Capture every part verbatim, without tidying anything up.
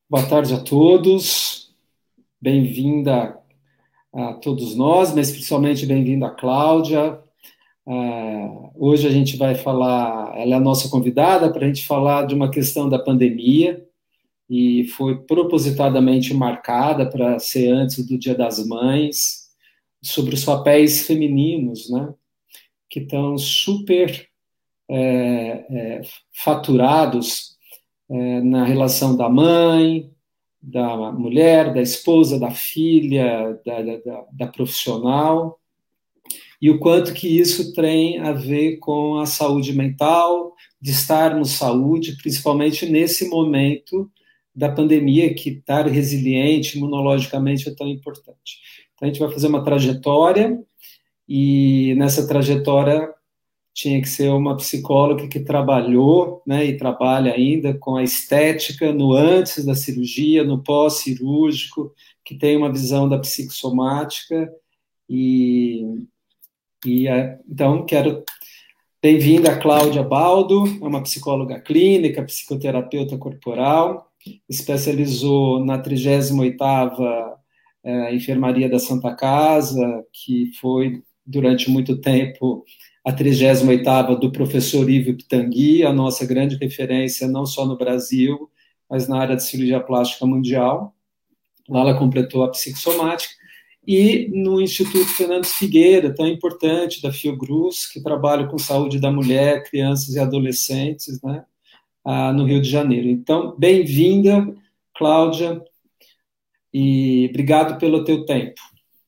Boa tarde a todos, bem-vinda a todos nós, mas principalmente bem-vinda a Cláudia. Ah, hoje a gente vai falar, ela é a nossa convidada para a gente falar de uma questão da pandemia e foi propositadamente marcada para ser antes do Dia das Mães, sobre os papéis femininos, né, que estão super é, é, faturados é, na relação da mãe, da mulher, da esposa, da filha, da, da, da profissional, e o quanto que isso tem a ver com a saúde mental, de estarmos saúde, principalmente nesse momento da pandemia, que estar resiliente imunologicamente é tão importante. Então, a gente vai fazer uma trajetória, e nessa trajetória tinha que ser uma psicóloga que trabalhou, né, e trabalha ainda com a estética no antes da cirurgia, no pós-cirúrgico, que tem uma visão da psicossomática e, e é, então quero bem-vinda a Cláudia Baldo, é uma psicóloga clínica, psicoterapeuta corporal, especializou na trigésima oitava eh, Enfermaria da Santa Casa, que foi durante muito tempo a trigésima oitava do professor Ivo Pitangui, a nossa grande referência não só no Brasil, mas na área de cirurgia plástica mundial. Lá ela completou a psicossomática. E no Instituto Fernando Figueira, tão importante, da Fiocruz, que trabalha com saúde da mulher, crianças e adolescentes, né, ah, no Rio de Janeiro. Então, bem-vinda, Cláudia, e obrigado pelo teu tempo.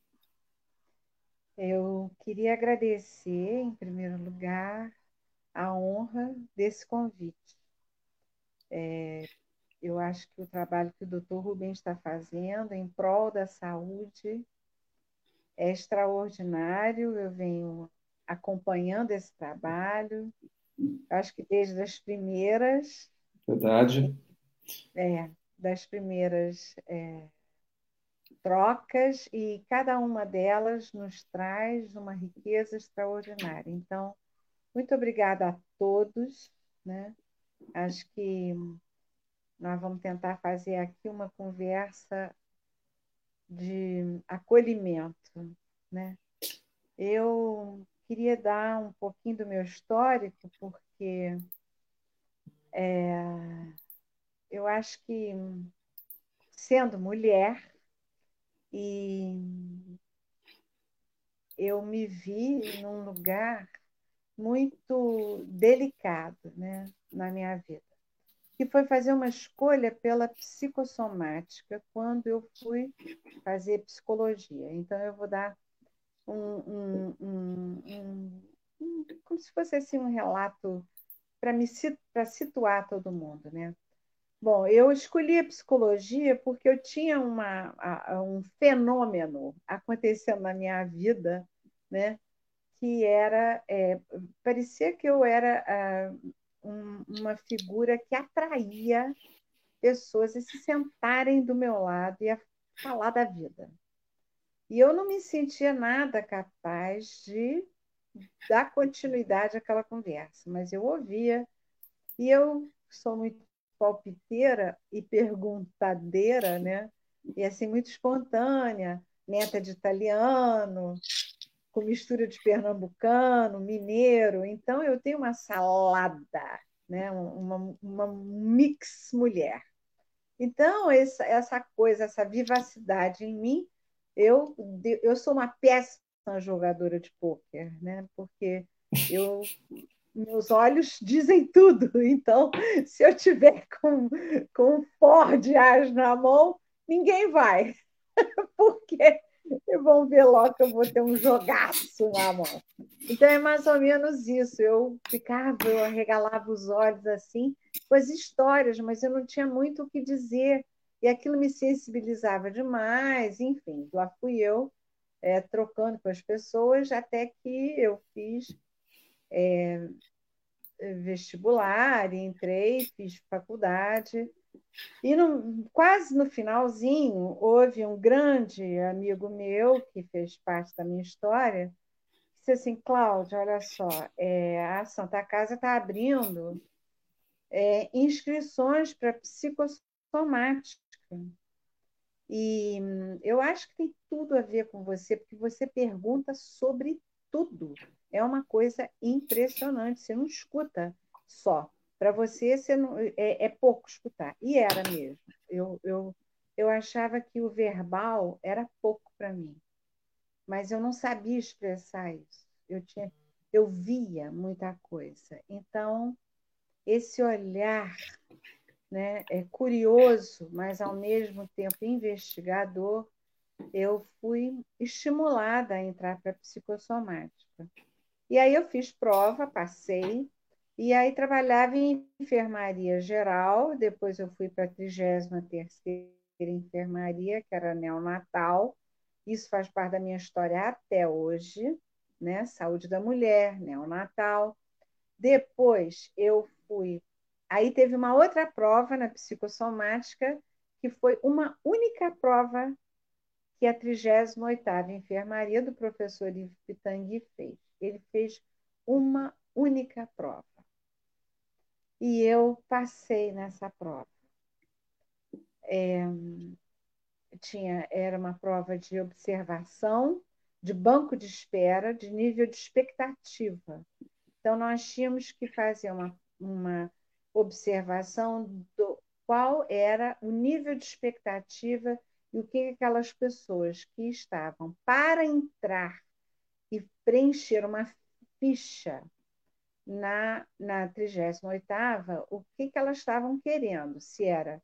Eu queria agradecer, em primeiro lugar, a honra desse convite. Eu acho que o trabalho que o doutor Rubens está fazendo em prol da saúde é extraordinário. Eu venho acompanhando esse trabalho, acho que desde as primeiras, Verdade? é, das primeiras é, trocas, e cada uma delas nos traz uma riqueza extraordinária. Então, muito obrigada a todos, né? Acho que nós vamos tentar fazer aqui uma conversa de acolhimento, né? Eu queria dar um pouquinho do meu histórico, porque eu acho que, sendo mulher, e eu me vi num lugar muito delicado, né, na minha vida, que foi fazer uma escolha pela psicossomática quando eu fui fazer psicologia. Então, eu vou dar um, um, um, um, um como se fosse assim, um relato para me para situar todo mundo, né? Bom, eu escolhi a psicologia porque eu tinha uma, a, um fenômeno acontecendo na minha vida, né? Que era, é, parecia que eu era ah, um, uma figura que atraía pessoas a se sentarem do meu lado e a falar da vida. E eu não me sentia nada capaz de dar continuidade àquela conversa, mas eu ouvia, e eu sou muito palpiteira e perguntadeira, né? E assim, muito espontânea, neta de italiano, com mistura de pernambucano, mineiro. Então, eu tenho uma salada, né? uma, uma mix mulher. Então, essa, essa coisa, essa vivacidade em mim, eu, eu sou uma péssima jogadora de pôquer, né? Porque eu, meus olhos dizem tudo. Então, se eu tiver com, com um Ford As na mão, ninguém vai, porque vão ver logo que eu vou ter um jogaço na mão. Então, é mais ou menos isso. Eu ficava, eu arregalava os olhos assim, com as histórias, mas eu não tinha muito o que dizer. E aquilo me sensibilizava demais. Enfim, lá fui eu, é, trocando com as pessoas, até que eu fiz vestibular, entrei, fiz faculdade. E no, quase no finalzinho, houve um grande amigo meu que fez parte da minha história, disse assim: Cláudia, olha só, é, a Santa Casa está abrindo é, inscrições para psicossomática. E eu acho que tem tudo a ver com você, porque você pergunta sobre tudo. É uma coisa impressionante. Você não escuta só. Para você, você não, é, é pouco escutar. E era mesmo. Eu, eu, eu achava que o verbal era pouco para mim, mas eu não sabia expressar isso. Eu tinha, eu via muita coisa. Então, esse olhar, né, é curioso, mas ao mesmo tempo investigador, eu fui estimulada a entrar para a psicossomática. E aí eu fiz prova, passei, e aí trabalhava em enfermaria geral, depois eu fui para a trigésima terceira enfermaria, que era neonatal. Isso faz parte da minha história até hoje, né? Saúde da mulher, neonatal. Depois eu fui. Aí teve uma outra prova na psicossomática, que foi uma única prova que a trigésima oitava enfermaria do professor Ivo Pitangui fez. Ele fez uma única prova. E eu passei nessa prova. É, tinha, era uma prova de observação, de banco de espera, de nível de expectativa. Então, nós tínhamos que fazer uma, uma observação do qual era o nível de expectativa e o que aquelas pessoas que estavam para entrar e preencher uma ficha na, na trigésima oitava, o que, que elas estavam querendo, se era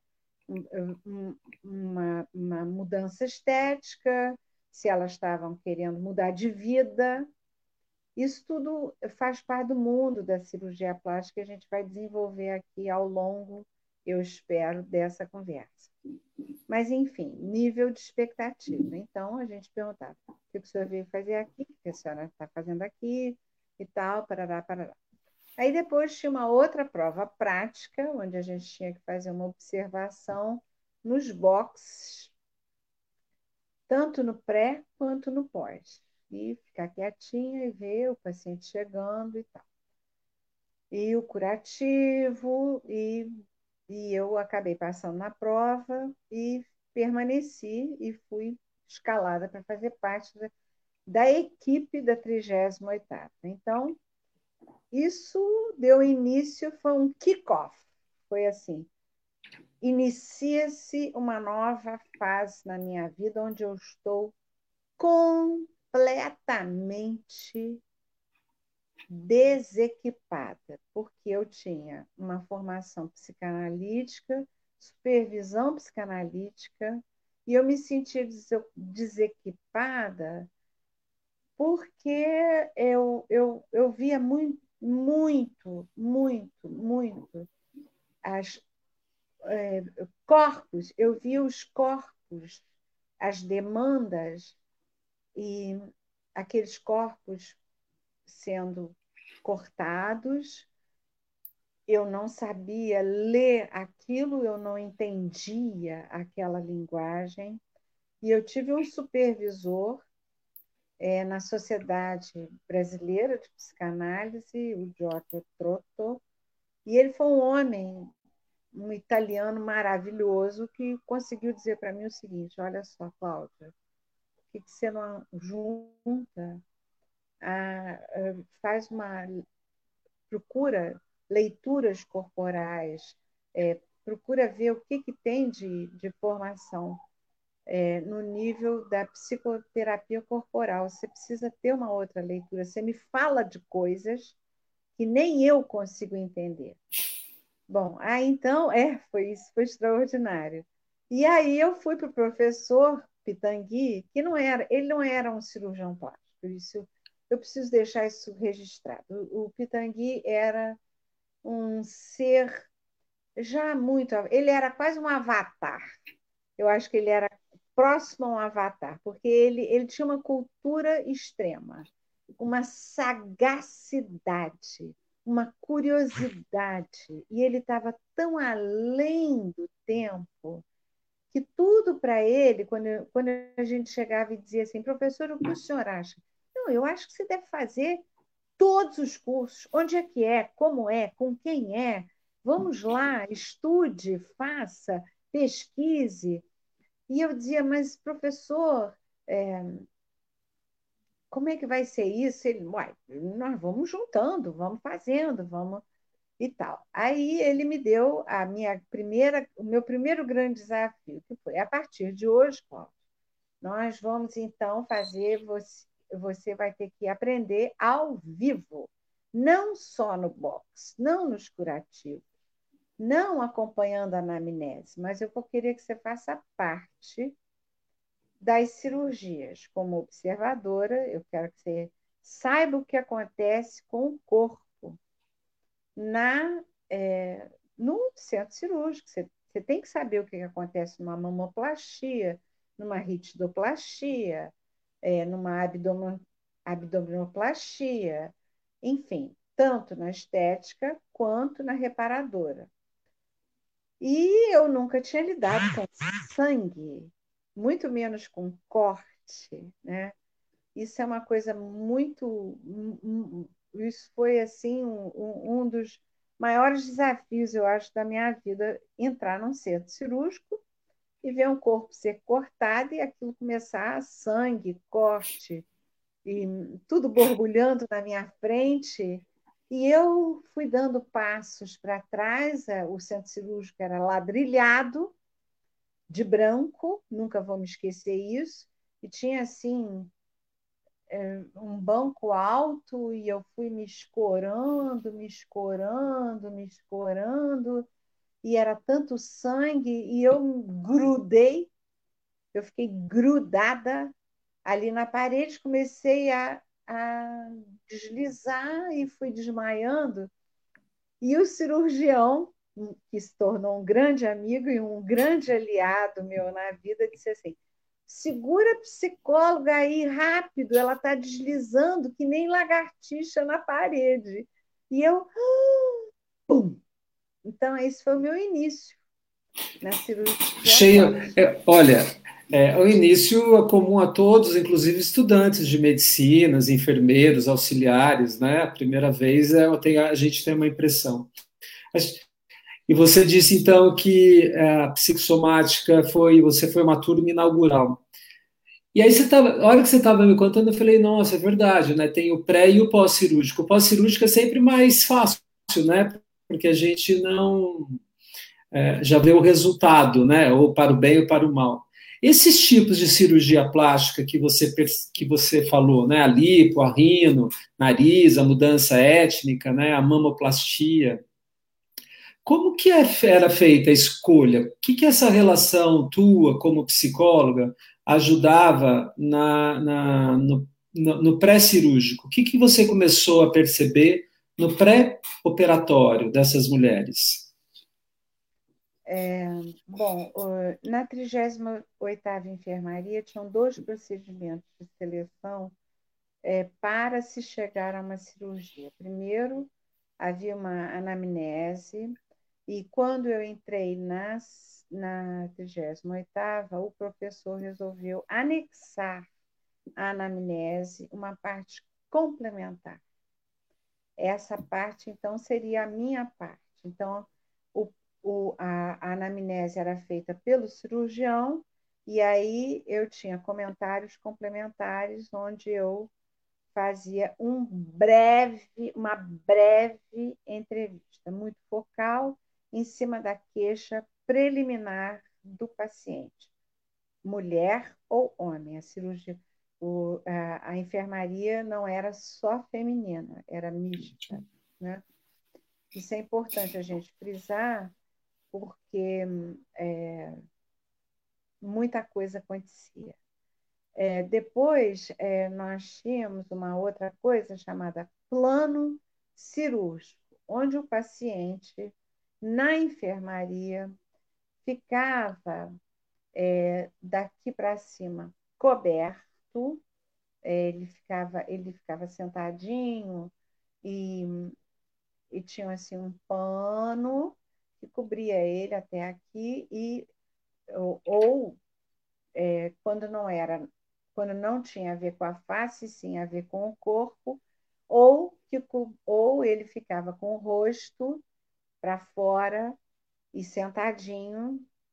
uma, uma mudança estética, se elas estavam querendo mudar de vida. Isso tudo faz parte do mundo da cirurgia plástica que a gente vai desenvolver aqui ao longo, eu espero, dessa conversa. Mas, enfim, nível de expectativa. Então, a gente perguntava o que o senhor veio fazer aqui, o que a senhora está fazendo aqui e tal, parará, parará. Aí depois tinha uma outra prova prática, onde a gente tinha que fazer uma observação nos boxes, tanto no pré quanto no pós. E ficar quietinha e ver o paciente chegando e tal. E o curativo, e, e eu acabei passando na prova e permaneci e fui escalada para fazer parte da, da equipe da trigésima oitava. Então, isso deu início, foi um kick-off. Foi assim, inicia-se uma nova fase na minha vida, onde eu estou completamente desequipada, porque eu tinha uma formação psicanalítica, supervisão psicanalítica, e eu me sentia desequipada porque eu, eu, eu via muito, muito, muito, muito as, é, corpos, eu via os corpos, as demandas e aqueles corpos sendo cortados, eu não sabia ler aquilo, eu não entendia aquela linguagem, e eu tive um supervisor é, na Sociedade Brasileira de Psicanálise, o Giorgio Trotto, e ele foi um homem, um italiano maravilhoso, que conseguiu dizer para mim o seguinte: olha só, Cláudia, por que, que você não junta, a, a, faz uma, procura leituras corporais, é, procura ver o que, que tem de, de formação é, no nível da psicoterapia corporal. Você precisa ter uma outra leitura. Você me fala de coisas que nem eu consigo entender. Bom, aí então, é, foi isso, foi extraordinário. E aí eu fui para o professor Pitangui, que não era, ele não era um cirurgião plástico, isso, eu preciso deixar isso registrado. O, o Pitangui era um ser já muito, ele era quase um avatar. Eu acho que ele era próximo a um avatar, porque ele, ele tinha uma cultura extrema, uma sagacidade, uma curiosidade, e ele estava tão além do tempo que tudo para ele, quando, eu, quando a gente chegava e dizia assim, professor, o que o senhor acha? Não, eu acho que você deve fazer todos os cursos, onde é que é, como é, com quem é, vamos lá, estude, faça. pesquise. E eu dizia, mas professor, é, como é que vai ser isso? Ele, uai, nós vamos juntando, vamos fazendo, vamos e tal. Aí ele me deu a minha primeira, o meu primeiro grande desafio, que foi, a partir de hoje, Cláudio, nós vamos então fazer, você, você vai ter que aprender ao vivo, não só no box, não nos curativos, não acompanhando a anamnese, mas eu vou querer que você faça parte das cirurgias. Como observadora, eu quero que você saiba o que acontece com o corpo na, é, no centro cirúrgico. Você, você tem que saber o que acontece numa mamoplastia, numa ritidoplastia, é, numa abdomen, abdominoplastia, enfim, tanto na estética quanto na reparadora. E eu nunca tinha lidado com sangue, muito menos com corte, né? Isso é uma coisa muito. Isso foi assim um, um dos maiores desafios, eu acho, da minha vida, entrar num centro cirúrgico e ver um corpo ser cortado e aquilo começar sangue, corte, e tudo borbulhando na minha frente. E eu fui dando passos para trás, o centro cirúrgico era ladrilhado, de branco, nunca vou me esquecer isso, e tinha assim um banco alto e eu fui me escorando, me escorando, me escorando, e era tanto sangue, e eu grudei, eu fiquei grudada ali na parede, comecei a, a deslizar e fui desmaiando. E o cirurgião, que se tornou um grande amigo e um grande aliado meu na vida, disse assim: segura a psicóloga aí rápido, ela está deslizando que nem lagartixa na parede. E eu, pum! Então, esse foi o meu início na cirurgia Cheio, plástica. é, olha, é, o início é comum a todos, inclusive estudantes de medicina, enfermeiros, auxiliares, né? A primeira vez é, eu tenho- a gente tem uma impressão. Mas- E você disse então que é, a psicossomática foi, você foi uma turma inaugural. E aí você tava, a hora que você estava me contando, eu falei, nossa, é verdade, né? Tem o pré e o pós-cirúrgico. O pós-cirúrgico é sempre mais fácil, né? Porque a gente não é, já vê o resultado, né? Ou para o bem ou para o mal. Esses tipos de cirurgia plástica que você, que você falou, né? A lipo, a rino, nariz, a mudança étnica, né? A mamoplastia. Como que é- era feita a escolha? O que que essa relação tua como psicóloga ajudava na, na- no, no- no pré-cirúrgico? O que que você começou a perceber no pré-operatório dessas mulheres? É, bom, na trigésima oitava Enfermaria tinham dois procedimentos de seleção é, para se chegar a uma cirurgia. Primeiro, havia uma anamnese, e quando eu entrei nas, na trigésima oitava, o professor resolveu anexar à anamnese uma parte complementar. Essa parte, então, seria a minha parte. Então, o, o, a, a anamnese era feita pelo cirurgião, e aí eu tinha comentários complementares, onde eu fazia um breve, uma breve entrevista, muito focal, em cima da queixa preliminar do paciente, mulher ou homem. A cirurgia, o, a, a enfermaria não era só feminina, era mista, né? Isso é importante a gente frisar, porque é, muita coisa acontecia. É, depois, é, nós tínhamos uma outra coisa chamada plano cirúrgico, onde o paciente, na enfermaria, ficava é, daqui para cima coberto, é, ele, ficava, ele ficava sentadinho e, e tinha assim, um pano que cobria ele até aqui, e, ou, ou quando não era, quando não tinha a ver com a face, sim a ver com o corpo, ou, que, ou ele ficava com o rosto para fora e sentadinho,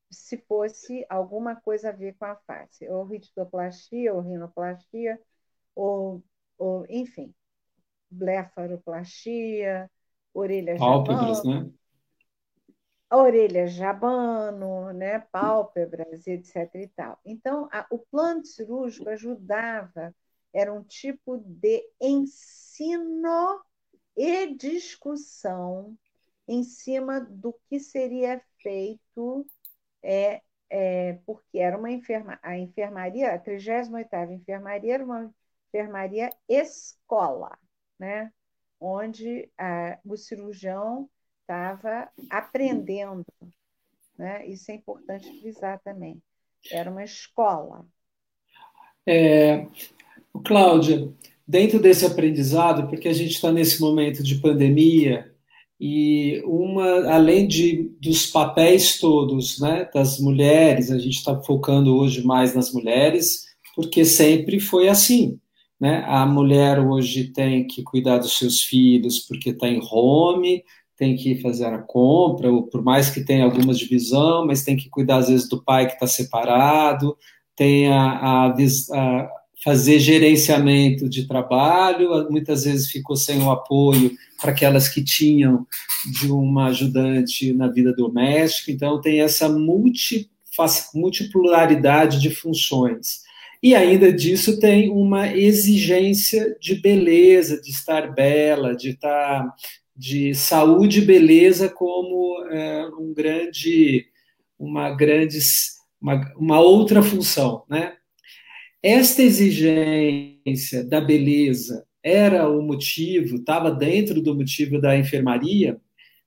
se fosse alguma coisa a ver com a face, ou ritoplastia, ou rinoplastia, ou, ou enfim, blefaroplastia, orelha Pálpebras, jabana, né? orelha jabano, né, pálpebras, etc. E tal. Então, a, o plano cirúrgico ajudava, era um tipo de ensino e discussão em cima do que seria feito, é, é, porque era uma enferma, a enfermaria, a trigésima oitava enfermaria era uma enfermaria escola, né? Onde a, o cirurgião estava aprendendo, né? Isso é importante frisar também. Era uma escola. É, Cláudia, dentro desse aprendizado, porque a gente está nesse momento de pandemia e uma, além de dos papéis todos, né, das mulheres, a gente está focando hoje mais nas mulheres, porque sempre foi assim, né? A mulher hoje tem que cuidar dos seus filhos porque está em home, tem que fazer a compra, ou por mais que tenha alguma divisão, mas tem que cuidar às vezes do pai que está separado, tem a, a, a fazer gerenciamento de trabalho, muitas vezes ficou sem o apoio para aquelas que tinham de uma ajudante na vida doméstica, então tem essa multi, multipolaridade de funções. E ainda disso tem uma exigência de beleza, de estar bela, de estar de saúde e beleza como é, um grande, uma grande, uma, uma outra função, né? Esta exigência da beleza era o motivo, estava dentro do motivo da enfermaria?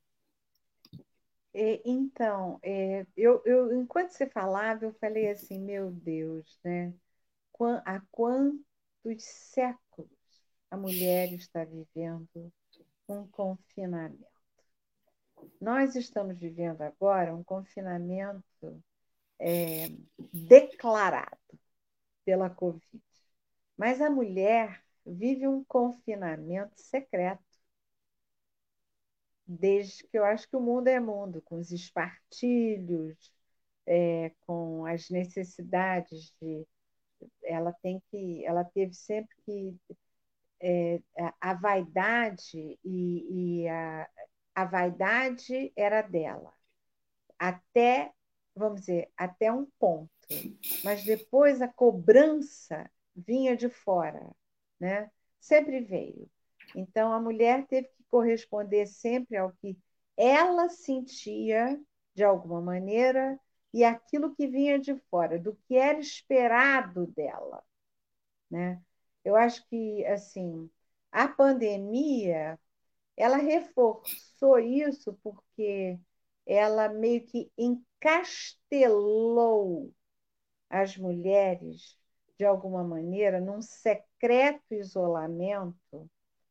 E, então, é, eu, eu, enquanto você falava, eu falei assim, meu Deus, né? Há quantos séculos a mulher está vivendo um confinamento? Nós estamos vivendo agora um confinamento é, declarado pela Covid, mas a mulher vive um confinamento secreto, desde que eu acho que o mundo é mundo, com os espartilhos, é, com as necessidades de. Ela tem que, ela teve sempre que é, a, a vaidade e, e a, a vaidade era dela, até, vamos dizer, até um ponto. Mas depois a cobrança vinha de fora, né? Sempre veio. Então a mulher teve que corresponder sempre ao que ela sentia de alguma maneira e aquilo que vinha de fora, do que era esperado dela, né? Eu acho que assim, a pandemia ela reforçou isso porque ela meio que encastelou as mulheres, de alguma maneira, num secreto isolamento.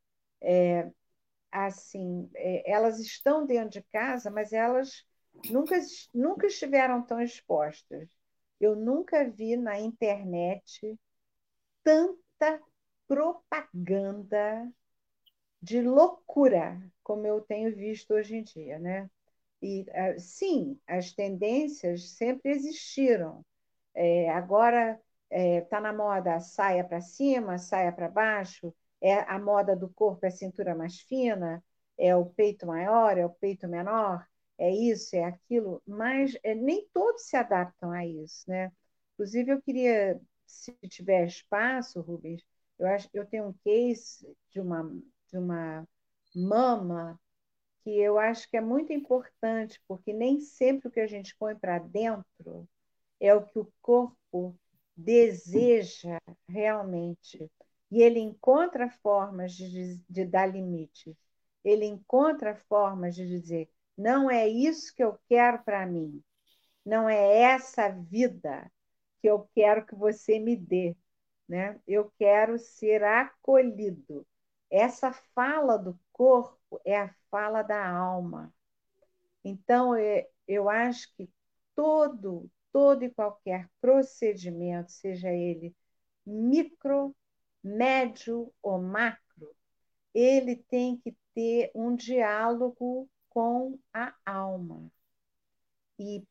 Assim, é, elas estão dentro de casa, mas elas nunca, nunca estiveram tão expostas. Eu nunca vi na internet tanta propaganda de loucura como eu tenho visto hoje em dia, né? E sim, as tendências sempre existiram. É, agora está na moda a saia para cima, saia para baixo, é a moda do corpo, é a cintura mais fina, é o peito maior, é o peito menor, é isso, é aquilo, mas é, nem todos se adaptam a isso, né? Inclusive, eu queria, se tiver espaço, Rubens, eu acho eu tenho um case de uma, de uma mama que eu acho que é muito importante, porque nem sempre o que a gente põe para dentro é o que o corpo deseja realmente. E ele encontra formas de, de dar limites. Ele encontra formas de dizer: não é isso que eu quero para mim. Não é essa vida que eu quero que você me dê. Né? Eu quero ser acolhido. Essa fala do corpo é a fala da alma. Então, é, eu acho que todo, todo e qualquer procedimento, seja ele micro, médio ou macro, ele tem que ter um diálogo com a alma e perpassa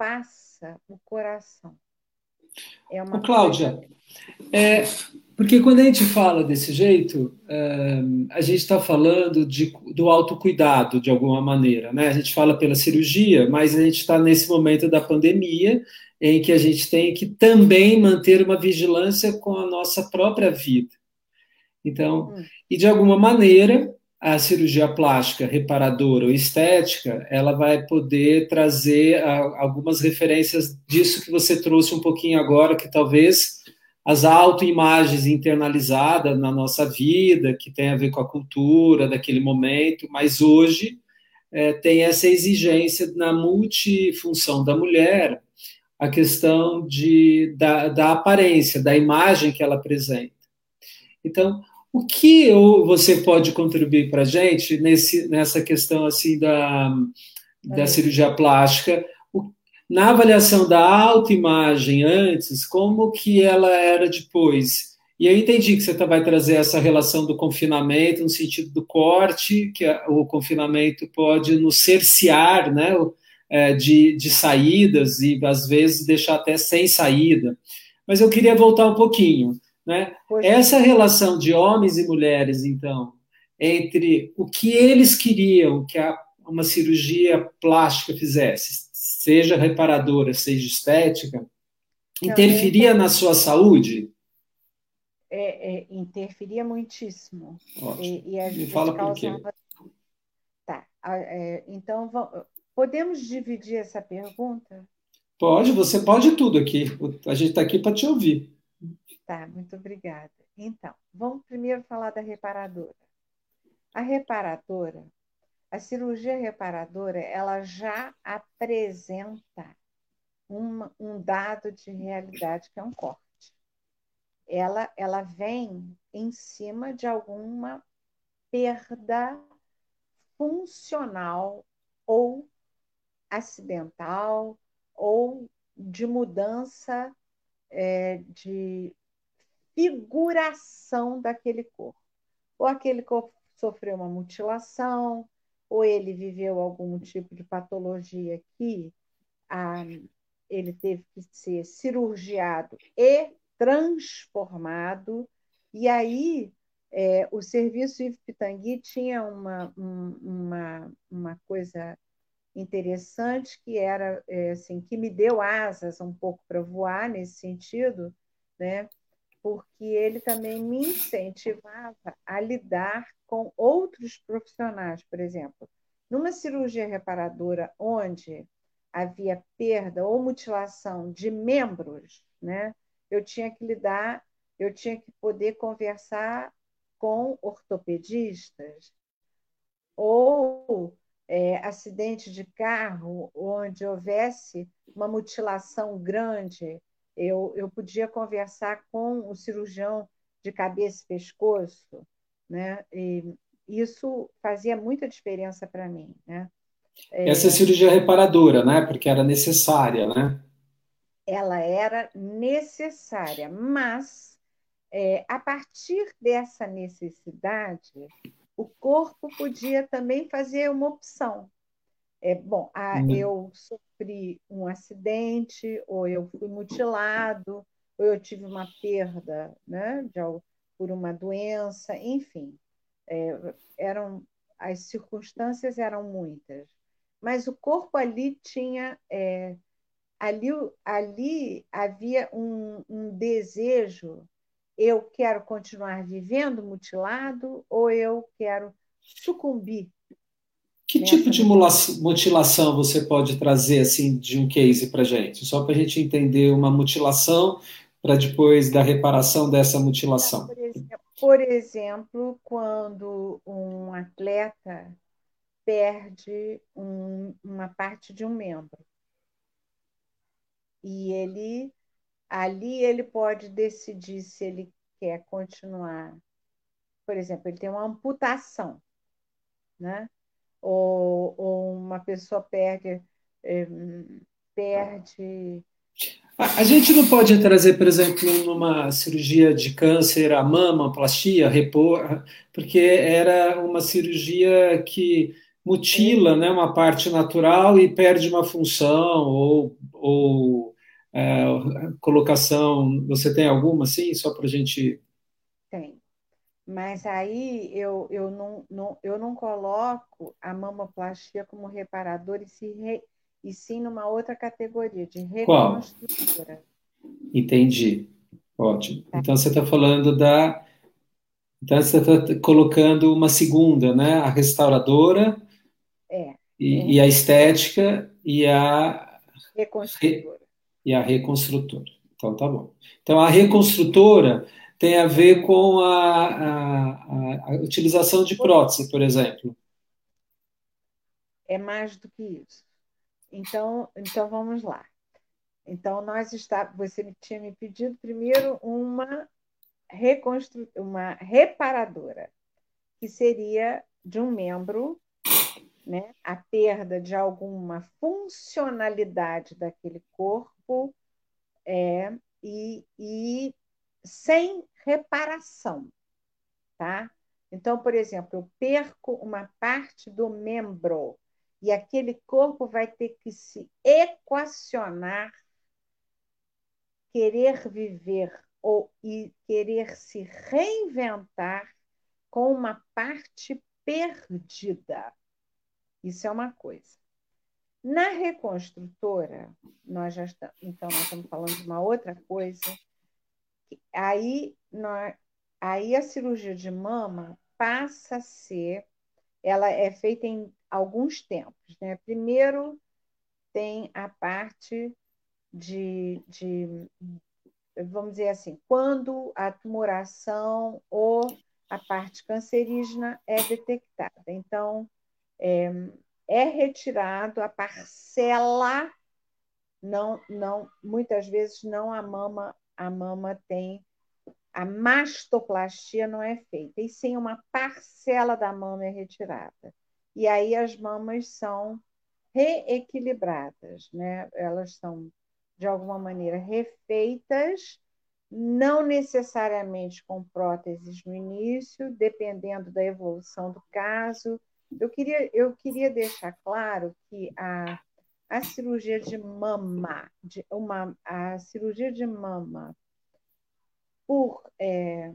ultrapassa o coração. É Ô, uma Cláudia, coisa. é, porque quando a gente fala desse jeito, é, a gente está falando de, do autocuidado, de alguma maneira, né? A gente fala pela cirurgia, mas a gente está nesse momento da pandemia em que a gente tem que também manter uma vigilância com a nossa própria vida. Então, Hum, e de alguma maneira, a cirurgia plástica reparadora ou estética, ela vai poder trazer a, algumas referências disso que você trouxe um pouquinho agora, que talvez as autoimagens internalizadas na nossa vida, que tem a ver com a cultura daquele momento, mas hoje é, tem essa exigência na multifunção da mulher, a questão de, da, da aparência, da imagem que ela apresenta. Então, o que eu, você pode contribuir para a gente nesse, nessa questão assim da, da olha, cirurgia plástica? O, na avaliação da autoimagem antes, como que ela era depois? E eu entendi que você vai trazer essa relação do confinamento, no sentido do corte, que a, o confinamento pode nos cercear, né, é, de, de saídas e às vezes deixar até sem saída. Mas eu queria voltar um pouquinho, né? pois Essa relação de homens e mulheres, então, entre o que eles queriam que a, uma cirurgia plástica fizesse, seja reparadora, seja estética, não, é, interferia inter, na sua saúde? é, é, interferia muitíssimo. Ótimo. E, e às Me vezes fala por quê. causava. Tá. a- é, então, va- podemos dividir essa pergunta? Pode, você pode tudo aqui. A gente está aqui para te ouvir. Tá, muito obrigada. Então, vamos primeiro falar da reparadora. A reparadora, a cirurgia reparadora, ela já apresenta uma- um dado de realidade que é um corte. Ela, ela vem em cima de alguma perda funcional ou acidental ou de mudança é, de figuração daquele corpo. Ou aquele corpo sofreu uma mutilação, ou ele viveu algum tipo de patologia que a, ele teve que ser cirurgiado e transformado. E aí, é, o serviço Yves Pitangui tinha uma, um, uma, uma coisa interessante que era é, assim, que me deu asas um pouco para voar nesse sentido, né? Porque ele também me incentivava a lidar com outros profissionais, por exemplo, numa cirurgia reparadora onde havia perda ou mutilação de membros, né? Eu tinha que lidar, eu tinha que poder conversar com ortopedistas ou é, acidente de carro onde houvesse uma mutilação grande, eu, eu podia conversar com o cirurgião de cabeça e pescoço, né? E isso fazia muita diferença para mim, né? Essa é a cirurgia reparadora, né? Porque era necessária, né? Ela era necessária, mas é, a partir dessa necessidade, o corpo podia também fazer uma opção. É, bom, ah, Hum. eu sofri um acidente, ou eu fui mutilado, ou eu tive uma perda, né, de, por uma doença, enfim, é, eram as circunstâncias eram muitas, mas o corpo ali tinha é, ali, ali havia um, um desejo. Eu quero continuar vivendo mutilado ou eu quero sucumbir Que tipo nessa de mutilação? mutilação você pode trazer assim de um case para gente? Só para a gente entender uma mutilação para depois da reparação dessa mutilação. Por exemplo, por exemplo, quando um atleta perde um, uma parte de um membro e ele ali ele pode decidir se ele quer continuar. Por exemplo, ele tem uma amputação, né? Ou, ou uma pessoa perde eh, perde A, a gente não pode trazer, por exemplo, numa cirurgia de câncer, a mama, a plastia, repor, porque era uma cirurgia que mutila, né, uma parte natural e perde uma função ou, ou é, colocação. Você tem alguma assim, só para a gente. Tem. Mas aí eu, eu, não, não, eu não coloco a mamoplastia como reparadora e, se re, e sim numa outra categoria, de Qual? reconstrutora. Entendi. Ótimo. Tá? Então você está falando da. Então você está colocando uma segunda, né? A restauradora É, e, é e a estética e a, re- reconstrutora. e a reconstrutora. Então tá bom. Então a reconstrutora tem a ver com a, a, a- a utilização de prótese, por exemplo. É mais do que isso. Então, então vamos lá. Então, nós está, você me tinha me pedido primeiro uma, reconstru, uma reparadora, que seria de um membro, né, a perda de alguma funcionalidade daquele corpo é, e, e sem reparação, tá? Então, por exemplo, eu perco uma parte do membro e aquele corpo vai ter que se equacionar, querer viver ou e querer se reinventar com uma parte perdida. Isso é uma coisa. Na reconstrutora, nós já estamos, então nós estamos falando de uma outra coisa. Aí, nós, aí a cirurgia de mama passa a ser, ela é feita em alguns tempos, né? Primeiro tem a parte de, de vamos dizer assim, quando a tumoração ou a parte cancerígena é detectada. Então, é, é retirado a parcela, não, não, muitas vezes não a mama, a mama tem, a mastoplastia não é feita, e sim uma parcela da mama é retirada. E aí as mamas são reequilibradas, né? Elas são, de alguma maneira, refeitas, não necessariamente com próteses no início, dependendo da evolução do caso. Eu queria, eu queria deixar claro que a, a cirurgia de mama, de uma, a cirurgia de mama, por é,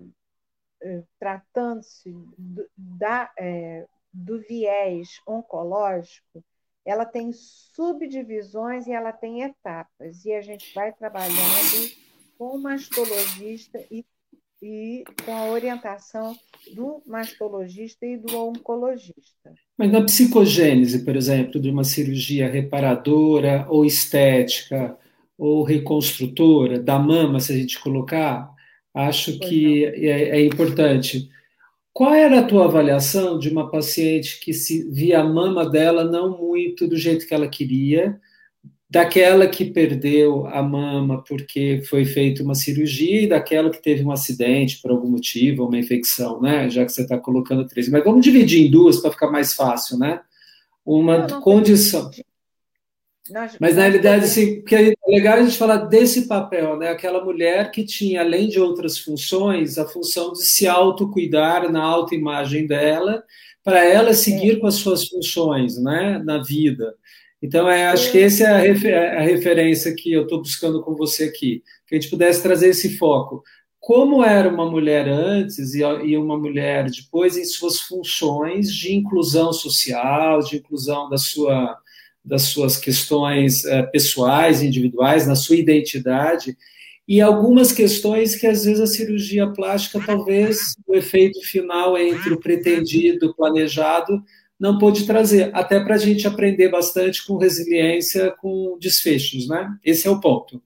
tratando-se do, da, é, do viés oncológico, ela tem subdivisões e ela tem etapas. E a gente vai trabalhando com o mastologista e, e com a orientação do mastologista e do oncologista. Mas na psicogênese, por exemplo, de uma cirurgia reparadora ou estética ou reconstrutora da mama, se a gente colocar, acho Pois não. que é, é importante. Qual era a tua avaliação de uma paciente que se via a mama dela não muito do jeito que ela queria, daquela que perdeu a mama porque foi feita uma cirurgia e daquela que teve um acidente por algum motivo, uma infecção, né? Já que você está colocando três. Mas vamos dividir em duas para ficar mais fácil, né? Uma Não, não tem. condição. Nós, Mas na nós realidade, podemos. assim, porque é legal a gente falar desse papel, né? Aquela mulher que tinha, além de outras funções, a função de se autocuidar na autoimagem dela, para ela É, seguir com as suas funções, né? Na vida. Então, é, acho que eu, essa é a, refer a referência que eu estou buscando com você aqui, que a gente pudesse trazer esse foco. Como era uma mulher antes e, e uma mulher depois em suas funções de inclusão social, de inclusão da sua das suas questões eh, pessoais, individuais, na sua identidade, e algumas questões que às vezes a cirurgia plástica, talvez o efeito final entre o pretendido, o planejado, não pôde trazer, até para a gente aprender bastante com resiliência, com desfechos, né? Esse é o ponto.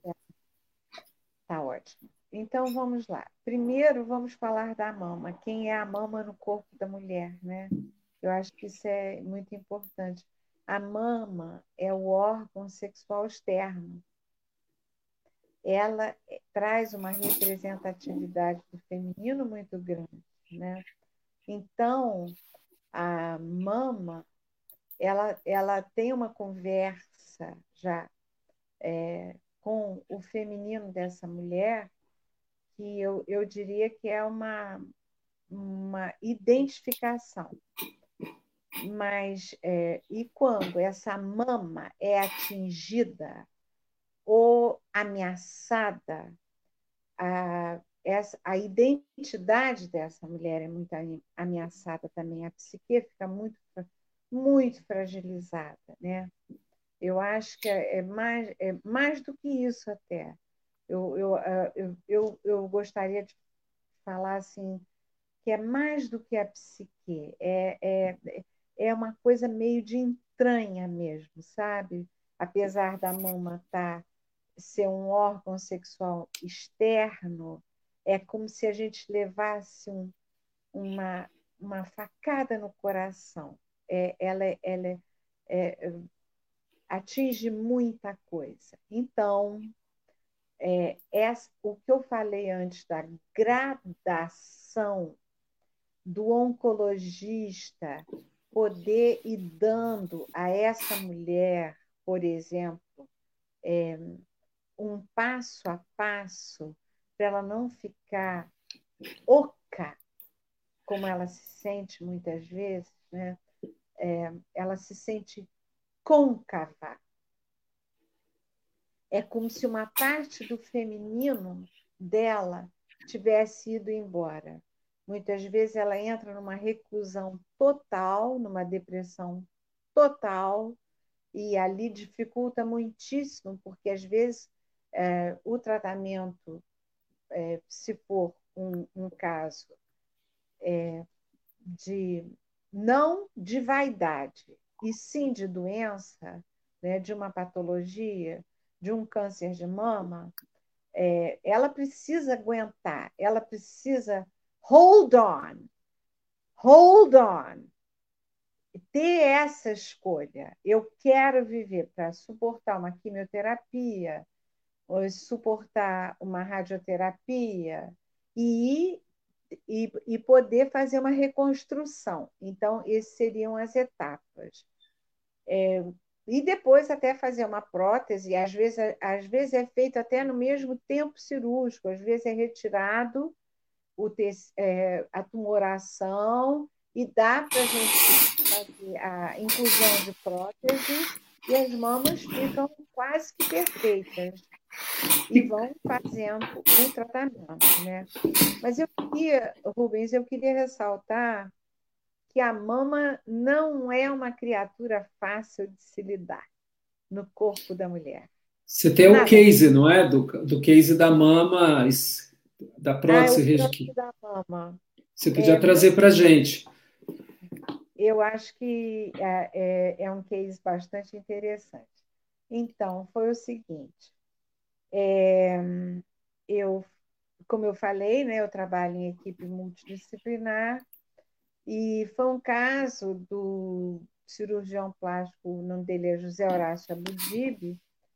tá ótimo. Então vamos lá. Primeiro vamos falar da mama. Quem é a mama no corpo da mulher, né? Eu acho que isso é muito importante. A mama é o órgão sexual externo. Ela traz uma representatividade do feminino muito grande, né? Então, a mama, ela, ela tem uma conversa já é, com o feminino dessa mulher que eu, eu diria que é uma, uma identificação. Mas, é, e quando essa mama é atingida ou ameaçada, a, essa, a identidade dessa mulher é muito ameaçada também, a psique fica muito, muito fragilizada, né? Eu acho que é, é mais, é mais do que isso até. Eu, eu, eu, eu, eu gostaria de falar assim, que é mais do que a psique, é, é, é uma coisa meio de entranha mesmo, sabe? Apesar da mama estar ser um órgão sexual externo, é como se a gente levasse um, uma, uma facada no coração. É, ela ela é, é, atinge muita coisa. Então, é, essa, o que eu falei antes da gradação do oncologista poder ir dando a essa mulher, por exemplo, é, um passo a passo para ela não ficar oca, como ela se sente muitas vezes, né? É, ela se sente côncava. É como se uma parte do feminino dela tivesse ido embora. Muitas vezes ela entra numa reclusão total, numa depressão total, e ali dificulta muitíssimo, porque às vezes é, o tratamento, é, se for um, um caso é, de não de vaidade, e sim de doença, né, de uma patologia, de um câncer de mama, é, ela precisa aguentar, ela precisa hold on, hold on, ter essa escolha. Eu quero viver para suportar uma quimioterapia, ou suportar uma radioterapia e, e, e poder fazer uma reconstrução. Então, essas seriam as etapas. É, e depois até fazer uma prótese, às vezes, às vezes é feito até no mesmo tempo cirúrgico, às vezes é retirado o te, é, a tumoração e dá para a gente fazer a inclusão de prótese e as mamas ficam quase que perfeitas e vão fazendo o tratamento, né? Mas eu queria, Rubens, eu queria ressaltar que a mama não é uma criatura fácil de se lidar no corpo da mulher. Você tem o Nada. case, não é? Do, do case da mama, da Ah, é o prótese câncer rede. da mama. Você É, podia trazer para a gente. eu acho que é, é, é um case bastante interessante. Então, foi o seguinte: é, eu, como eu falei, né, eu trabalho em equipe multidisciplinar e foi um caso do cirurgião plástico, o nome dele é José Horácio Abudib,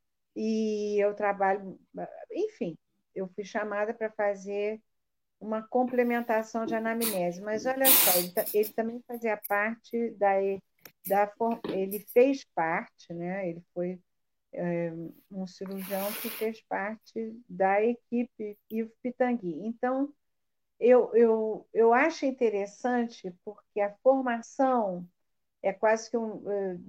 e eu trabalho, enfim, eu fui chamada para fazer uma complementação de anamnese, mas olha só, ele, ele também fazia parte da, da ele fez parte, né? Ele foi é, um cirurgião que fez parte da equipe Ivo Pitangui. Então, eu, eu, eu acho interessante porque a formação é quase que um,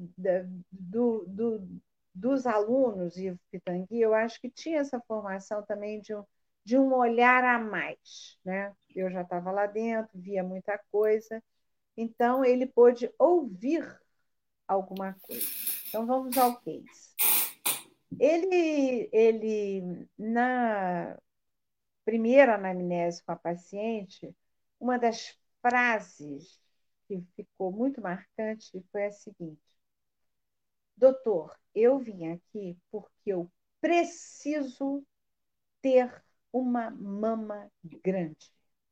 do, do, dos alunos Ivo Pitangui, eu acho que tinha essa formação também de um, de um olhar a mais, né? Eu já estava lá dentro, via muita coisa, então ele pôde ouvir alguma coisa. Então vamos ao case. Ele, ele na primeira anamnese com a paciente, uma das frases que ficou muito marcante foi a seguinte: doutor, eu vim aqui porque eu preciso ter uma mama grande.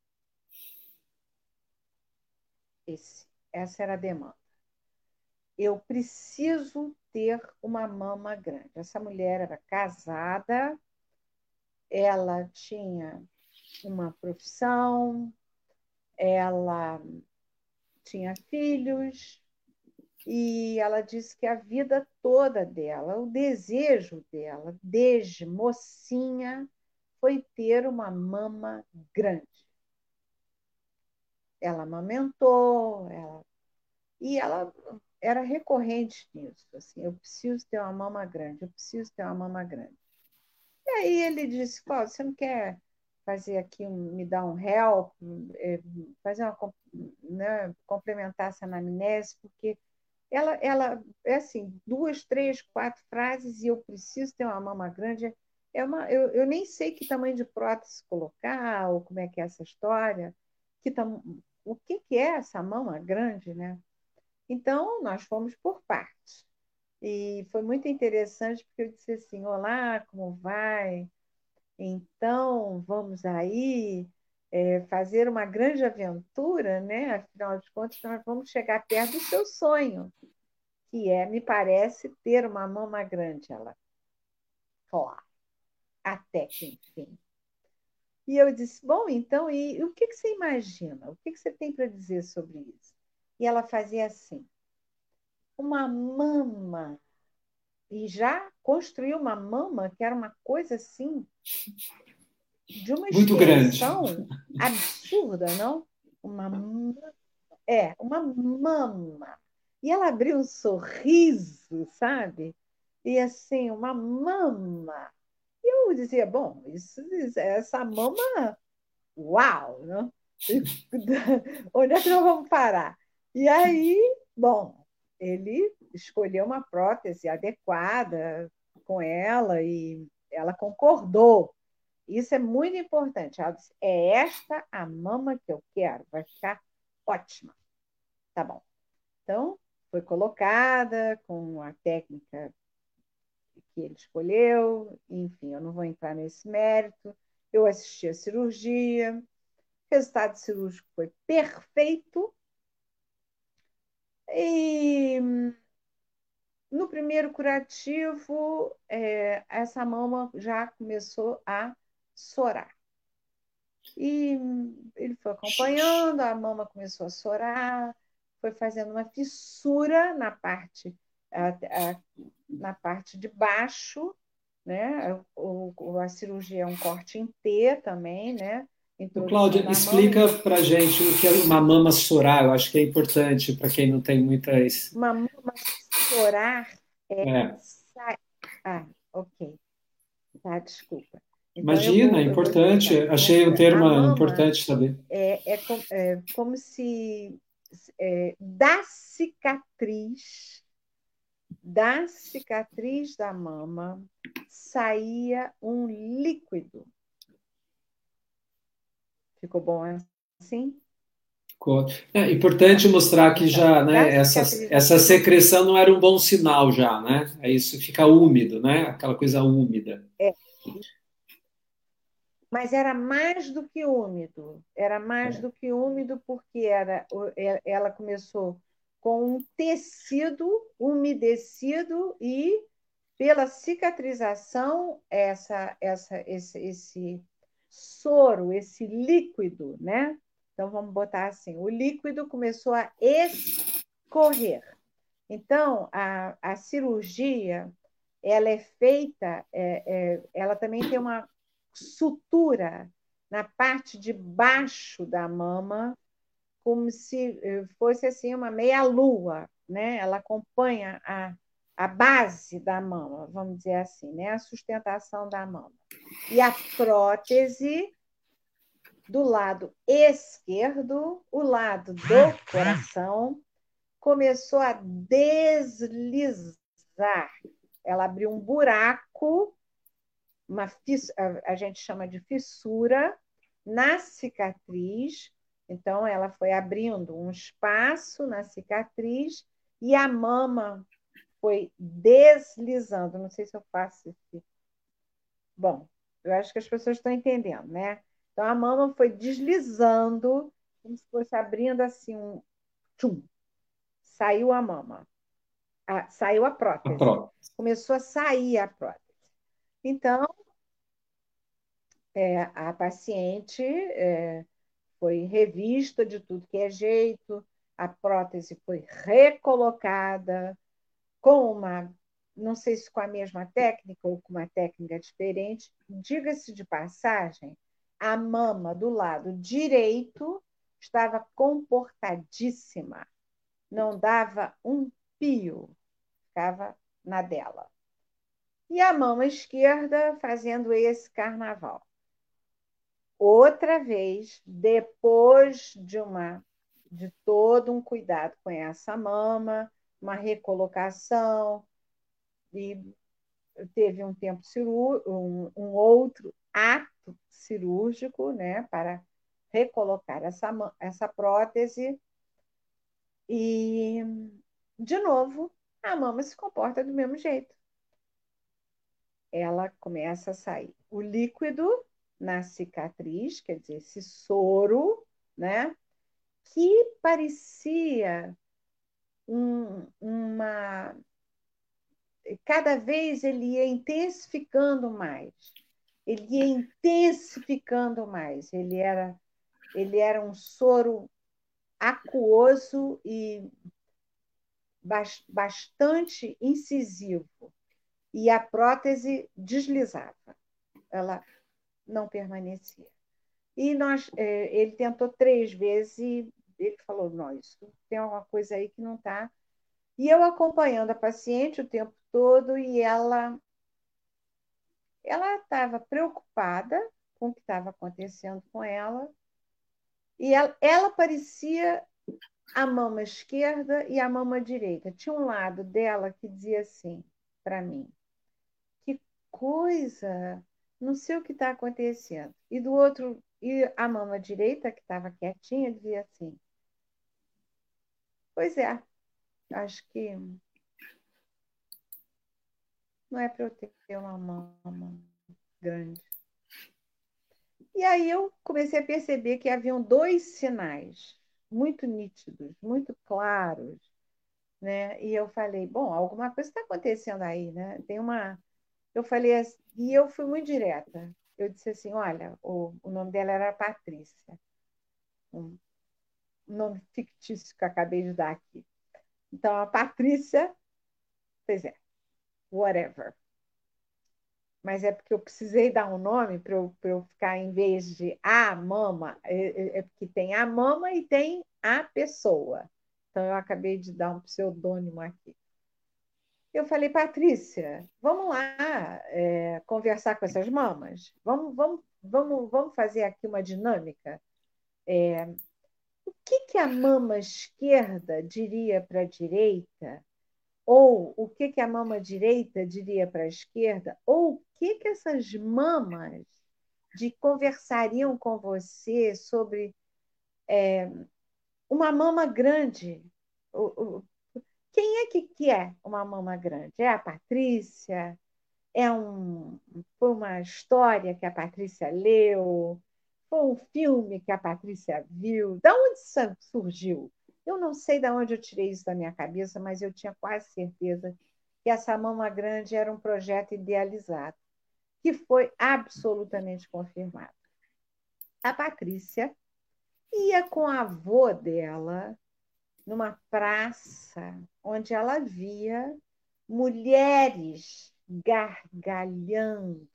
Esse, essa era a demanda. Eu preciso ter uma mama grande. Essa mulher era casada, ela tinha uma profissão, ela tinha filhos, e ela disse que a vida toda dela, o desejo dela, desde mocinha, foi ter uma mama grande. Ela amamentou, ela... E ela era recorrente nisso, assim, eu preciso ter uma mama grande, eu preciso ter uma mama grande. E aí ele disse, Cláudio, você não quer fazer aqui, um, me dar um help, é, fazer uma, né, complementar essa anamnese, porque ela, ela é assim, duas, três, quatro frases e eu preciso ter uma mama grande. É uma, eu, eu nem sei que tamanho de prótese colocar, ou como é que é essa história, que tam, o que, que é essa mama grande, né? Então, nós fomos por partes. E foi muito interessante, porque eu disse assim: Olá, como vai? Então, vamos aí é, fazer uma grande aventura, né? Afinal de contas, nós vamos chegar perto do seu sonho, que é, me parece, ter uma mama grande. Ela, claro, até que enfim. E eu disse: Bom, então, e, e o que, que você imagina? O que, que você tem para dizer sobre isso? E ela fazia assim: uma mama. E já construiu uma mama que era uma coisa assim, de uma Muito grande. extensão absurda, não? Uma, é, uma mama. E ela abriu um sorriso, sabe? E assim, uma mama. E eu dizia, bom, isso, essa mama, uau, né? Onde é que nós vamos parar? E aí, bom, ele escolheu uma prótese adequada com ela e ela concordou. Isso é muito importante. Ela disse, é esta a mama que eu quero, vai ficar ótima. Tá bom. Então, foi colocada com a técnica que ele escolheu, enfim, eu não vou entrar nesse mérito. Eu assisti a cirurgia, o resultado cirúrgico foi perfeito. E no primeiro curativo, é, essa mama já começou a sorar. E ele foi acompanhando, a mama começou a sorar, foi fazendo uma fissura na parte, a, a, na parte de baixo, né? O, o, a cirurgia é um corte em T também, né? Ô, Introdução Cláudia, da mama. explica Então, para gente o que é uma mama sorar. Eu acho que é importante para quem não tem muitas. uma mama sorar é. É, Ah, ok. Tá, desculpa. Então, eu imagina, é vou, eu vou importante. explicar. Achei um A termo mama importante saber. é, é, com, é como se é, da cicatriz, da cicatriz da mama saía um líquido. Ficou bom assim? É importante mostrar que Então, já, da né, essa, cicatriz da essa mama secreção não era um bom sinal já, né? É isso, fica úmido, né? Aquela coisa úmida. é, mas era mais do que úmido. Era mais do que úmido porque era, é, ela começou com um tecido umedecido e pela cicatrização, essa, essa, esse, esse soro, esse líquido, né? Então vamos botar assim, o líquido começou a escorrer. Então a, a cirurgia ela é feita, é, é, ela também tem uma sutura na parte de baixo da mama, como se fosse assim uma meia-lua, né? Ela acompanha a, a base da mama, vamos dizer assim, né? A sustentação da mama. E a prótese do lado esquerdo, o lado do coração, começou a deslizar. Ela abriu um buraco, uma fiss... a gente chama de fissura, na cicatriz. Então, ela foi abrindo um espaço na cicatriz e a mama foi deslizando. Não sei se eu faço esse. Bom, eu acho que as pessoas estão entendendo, né? Então, a mama foi deslizando, como se fosse abrindo assim um. Tchum, saiu a mama. Ah, saiu a A prótese. pró. Começou a sair a prótese. Então, é, a paciente é, foi revista de tudo que é jeito, a prótese foi recolocada com uma, não sei se com a mesma técnica ou com uma técnica diferente. Diga-se de passagem, a mama do lado direito estava comportadíssima. não dava um pio, ficava na dela. E a mama esquerda fazendo esse carnaval. Outra vez, depois de uma de todo um cuidado com essa mama, uma recolocação, e teve um tempo cirúrgico, um, um outro ato cirúrgico, né, para recolocar essa, essa prótese. E, de novo, a mama se comporta do mesmo jeito. Ela começa a sair o líquido na cicatriz, quer dizer, esse soro, né, que parecia um, uma. Cada vez ele ia intensificando mais. Ele ia intensificando mais. Ele era, ele era um soro aquoso e bastante incisivo. E a prótese deslizava. Ela não permanecia. E nós, ele tentou três vezes e ele falou, não, isso tem alguma coisa aí que não está. E eu acompanhando a paciente o tempo todo e ela ela estava preocupada com o que estava acontecendo com ela e ela, ela parecia a mama esquerda e a mama direita. Tinha um lado dela que dizia assim para mim, que coisa, não sei o que está acontecendo. E do outro, e a mama direita, que estava quietinha, dizia assim, pois é, acho que não é para eu ter uma mama grande. E aí eu comecei a perceber que haviam dois sinais muito nítidos, muito claros, né? E eu falei, bom, alguma coisa está acontecendo aí, né? Tem uma. Eu falei assim, e eu fui muito direta. Eu disse assim, olha, o, o nome dela era Patrícia, um nome fictício que eu acabei de dar aqui. Então, a Patrícia, pois é, whatever. Mas é porque eu precisei dar um nome para eu, eu ficar, em vez de a mama, é, é porque tem a mama e tem a pessoa. Então, eu acabei de dar um pseudônimo aqui. Eu falei, Patrícia, vamos lá é, conversar com essas mamas? Vamos, vamos, vamos, vamos fazer aqui uma dinâmica? É, o que, que a mama esquerda diria para a direita? Ou o que, que a mama direita diria para a esquerda? Ou o que, que essas mamas de conversariam com você sobre é, uma mama grande? O, o, quem é que, que é uma mama grande? É a Patrícia? É um, foi uma história que a Patrícia leu? Foi um filme que a Patrícia viu? Da onde surgiu? Eu não sei de onde eu tirei isso da minha cabeça, mas eu tinha quase certeza que essa mama grande era um projeto idealizado, que foi absolutamente confirmado. A Patrícia ia com a avó dela numa praça onde ela via mulheres gargalhando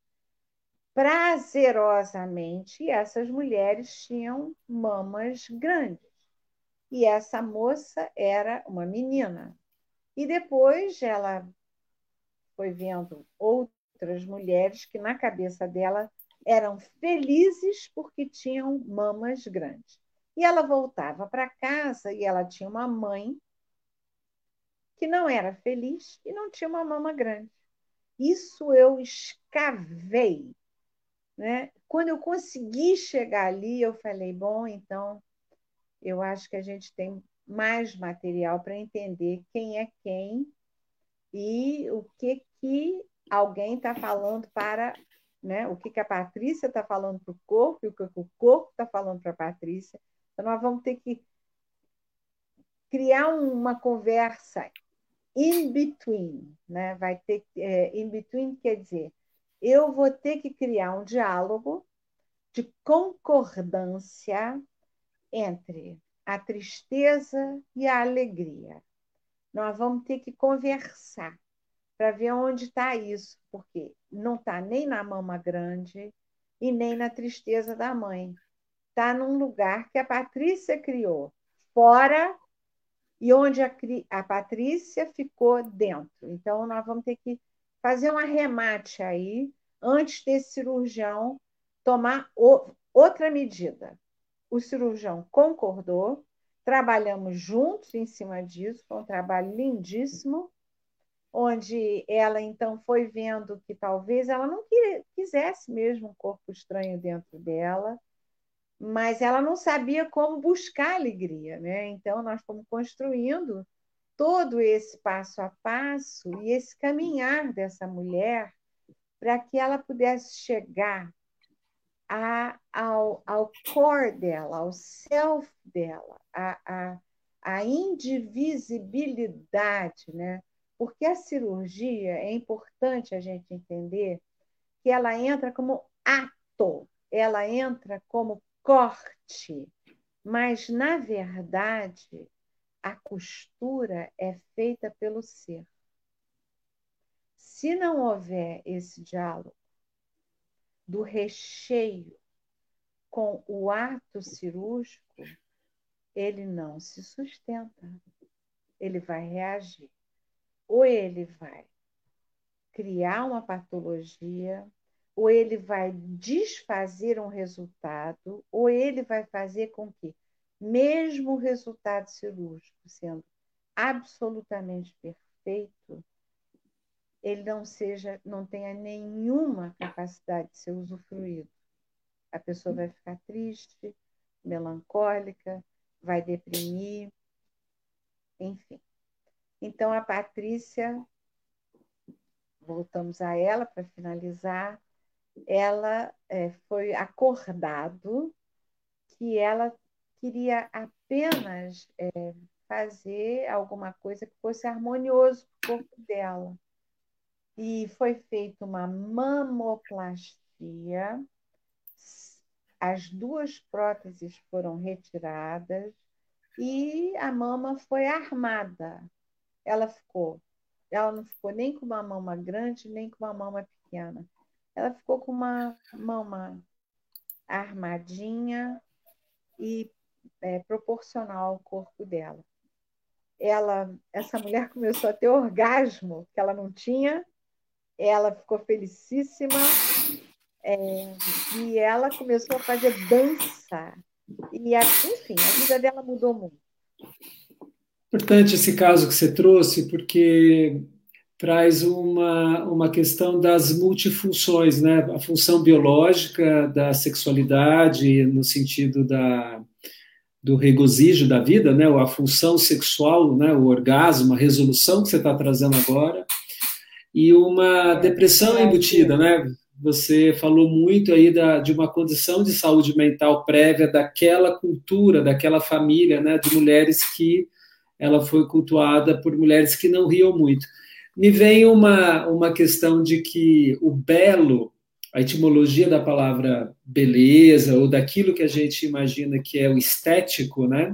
prazerosamente, e essas mulheres tinham mamas grandes. E essa moça era uma menina. E depois ela foi vendo outras mulheres que, na cabeça dela, eram felizes porque tinham mamas grandes. E ela voltava para casa e ela tinha uma mãe que não era feliz e não tinha uma mama grande. Isso eu escavei, né? Quando eu consegui chegar ali, eu falei, bom, então eu acho que a gente tem mais material para entender quem é quem e o que que alguém está falando para, né? O que que a Patrícia está falando para o corpo e o que o corpo está falando para a Patrícia. Então, nós vamos ter que criar uma conversa in between, né? Vai ter é, in between quer dizer, eu vou ter que criar um diálogo de concordância entre a tristeza e a alegria. Nós vamos ter que conversar para ver onde está isso, porque não está nem na mama grande e nem na tristeza da mãe. Está num lugar que a Patrícia criou, fora e onde a, a Patrícia ficou dentro. Então, nós vamos ter que fazer um arremate aí, antes desse cirurgião tomar o, outra medida. O cirurgião concordou, trabalhamos juntos em cima disso, foi um trabalho lindíssimo, onde ela então foi vendo que talvez ela não quisesse mesmo um corpo estranho dentro dela, mas ela não sabia como buscar alegria, né? Então nós fomos construindo todo esse passo a passo e esse caminhar dessa mulher para que ela pudesse chegar a, ao, ao core dela, ao self dela, a, a, a indivisibilidade, né? Porque a cirurgia, é importante a gente entender que ela entra como ato, ela entra como corte, mas, na verdade, a costura é feita pelo ser. Se não houver esse diálogo do recheio com o ato cirúrgico, ele não se sustenta, ele vai reagir. Ou ele vai criar uma patologia, ou ele vai desfazer um resultado, ou ele vai fazer com que, mesmo o resultado cirúrgico sendo absolutamente perfeito, ele não seja, não tenha nenhuma capacidade de ser usufruído. A pessoa vai ficar triste, melancólica, vai deprimir, enfim. Então, a Patrícia, voltamos a ela para finalizar, ela é, foi acordado que ela queria apenas é, fazer alguma coisa que fosse harmonioso para o corpo dela. E foi feita uma mamoplastia, as duas próteses foram retiradas e a mama foi armada. Ela ficou, ela não ficou nem com uma mama grande, nem com uma mama pequena. Ela ficou com uma mama armadinha e é, proporcional ao corpo dela. Ela, essa mulher começou a ter orgasmo que ela não tinha, ela ficou felicíssima, é, e ela começou a fazer dança. E, enfim, a vida dela mudou muito. Importante esse caso que você trouxe, porque traz uma, uma questão das multifunções, né? A função biológica da sexualidade, no sentido da, do regozijo da vida, né? A função sexual, né? O orgasmo, a resolução que você está trazendo agora, e uma é, depressão é, embutida, é. né? Você falou muito aí da, de uma condição de saúde mental prévia daquela cultura, daquela família, né? De mulheres que ela foi cultuada por mulheres que não riam muito. Me vem uma, uma questão de que o belo, a etimologia da palavra beleza, ou daquilo que a gente imagina que é o estético, né?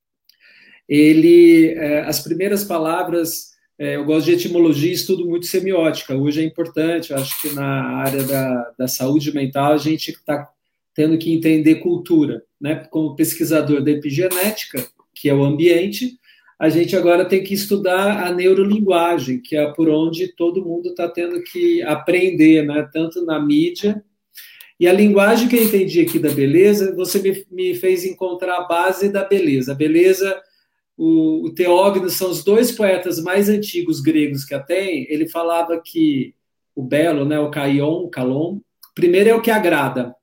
Ele, as primeiras palavras, eu gosto de etimologia e estudo muito semiótica, hoje é importante, eu acho que na área da, da saúde mental a gente está tendo que entender cultura, né? Como pesquisador da epigenética, que é o ambiente, a gente agora tem que estudar a neurolinguagem, que é por onde todo mundo está tendo que aprender, né? Tanto na mídia. E a linguagem que eu entendi aqui da beleza, você me, me fez encontrar a base da beleza. A beleza, o, o Teógenes são os dois poetas mais antigos gregos que a tem. Ele falava que o belo, né? O kaion, o kalon, primeiro é o que agrada.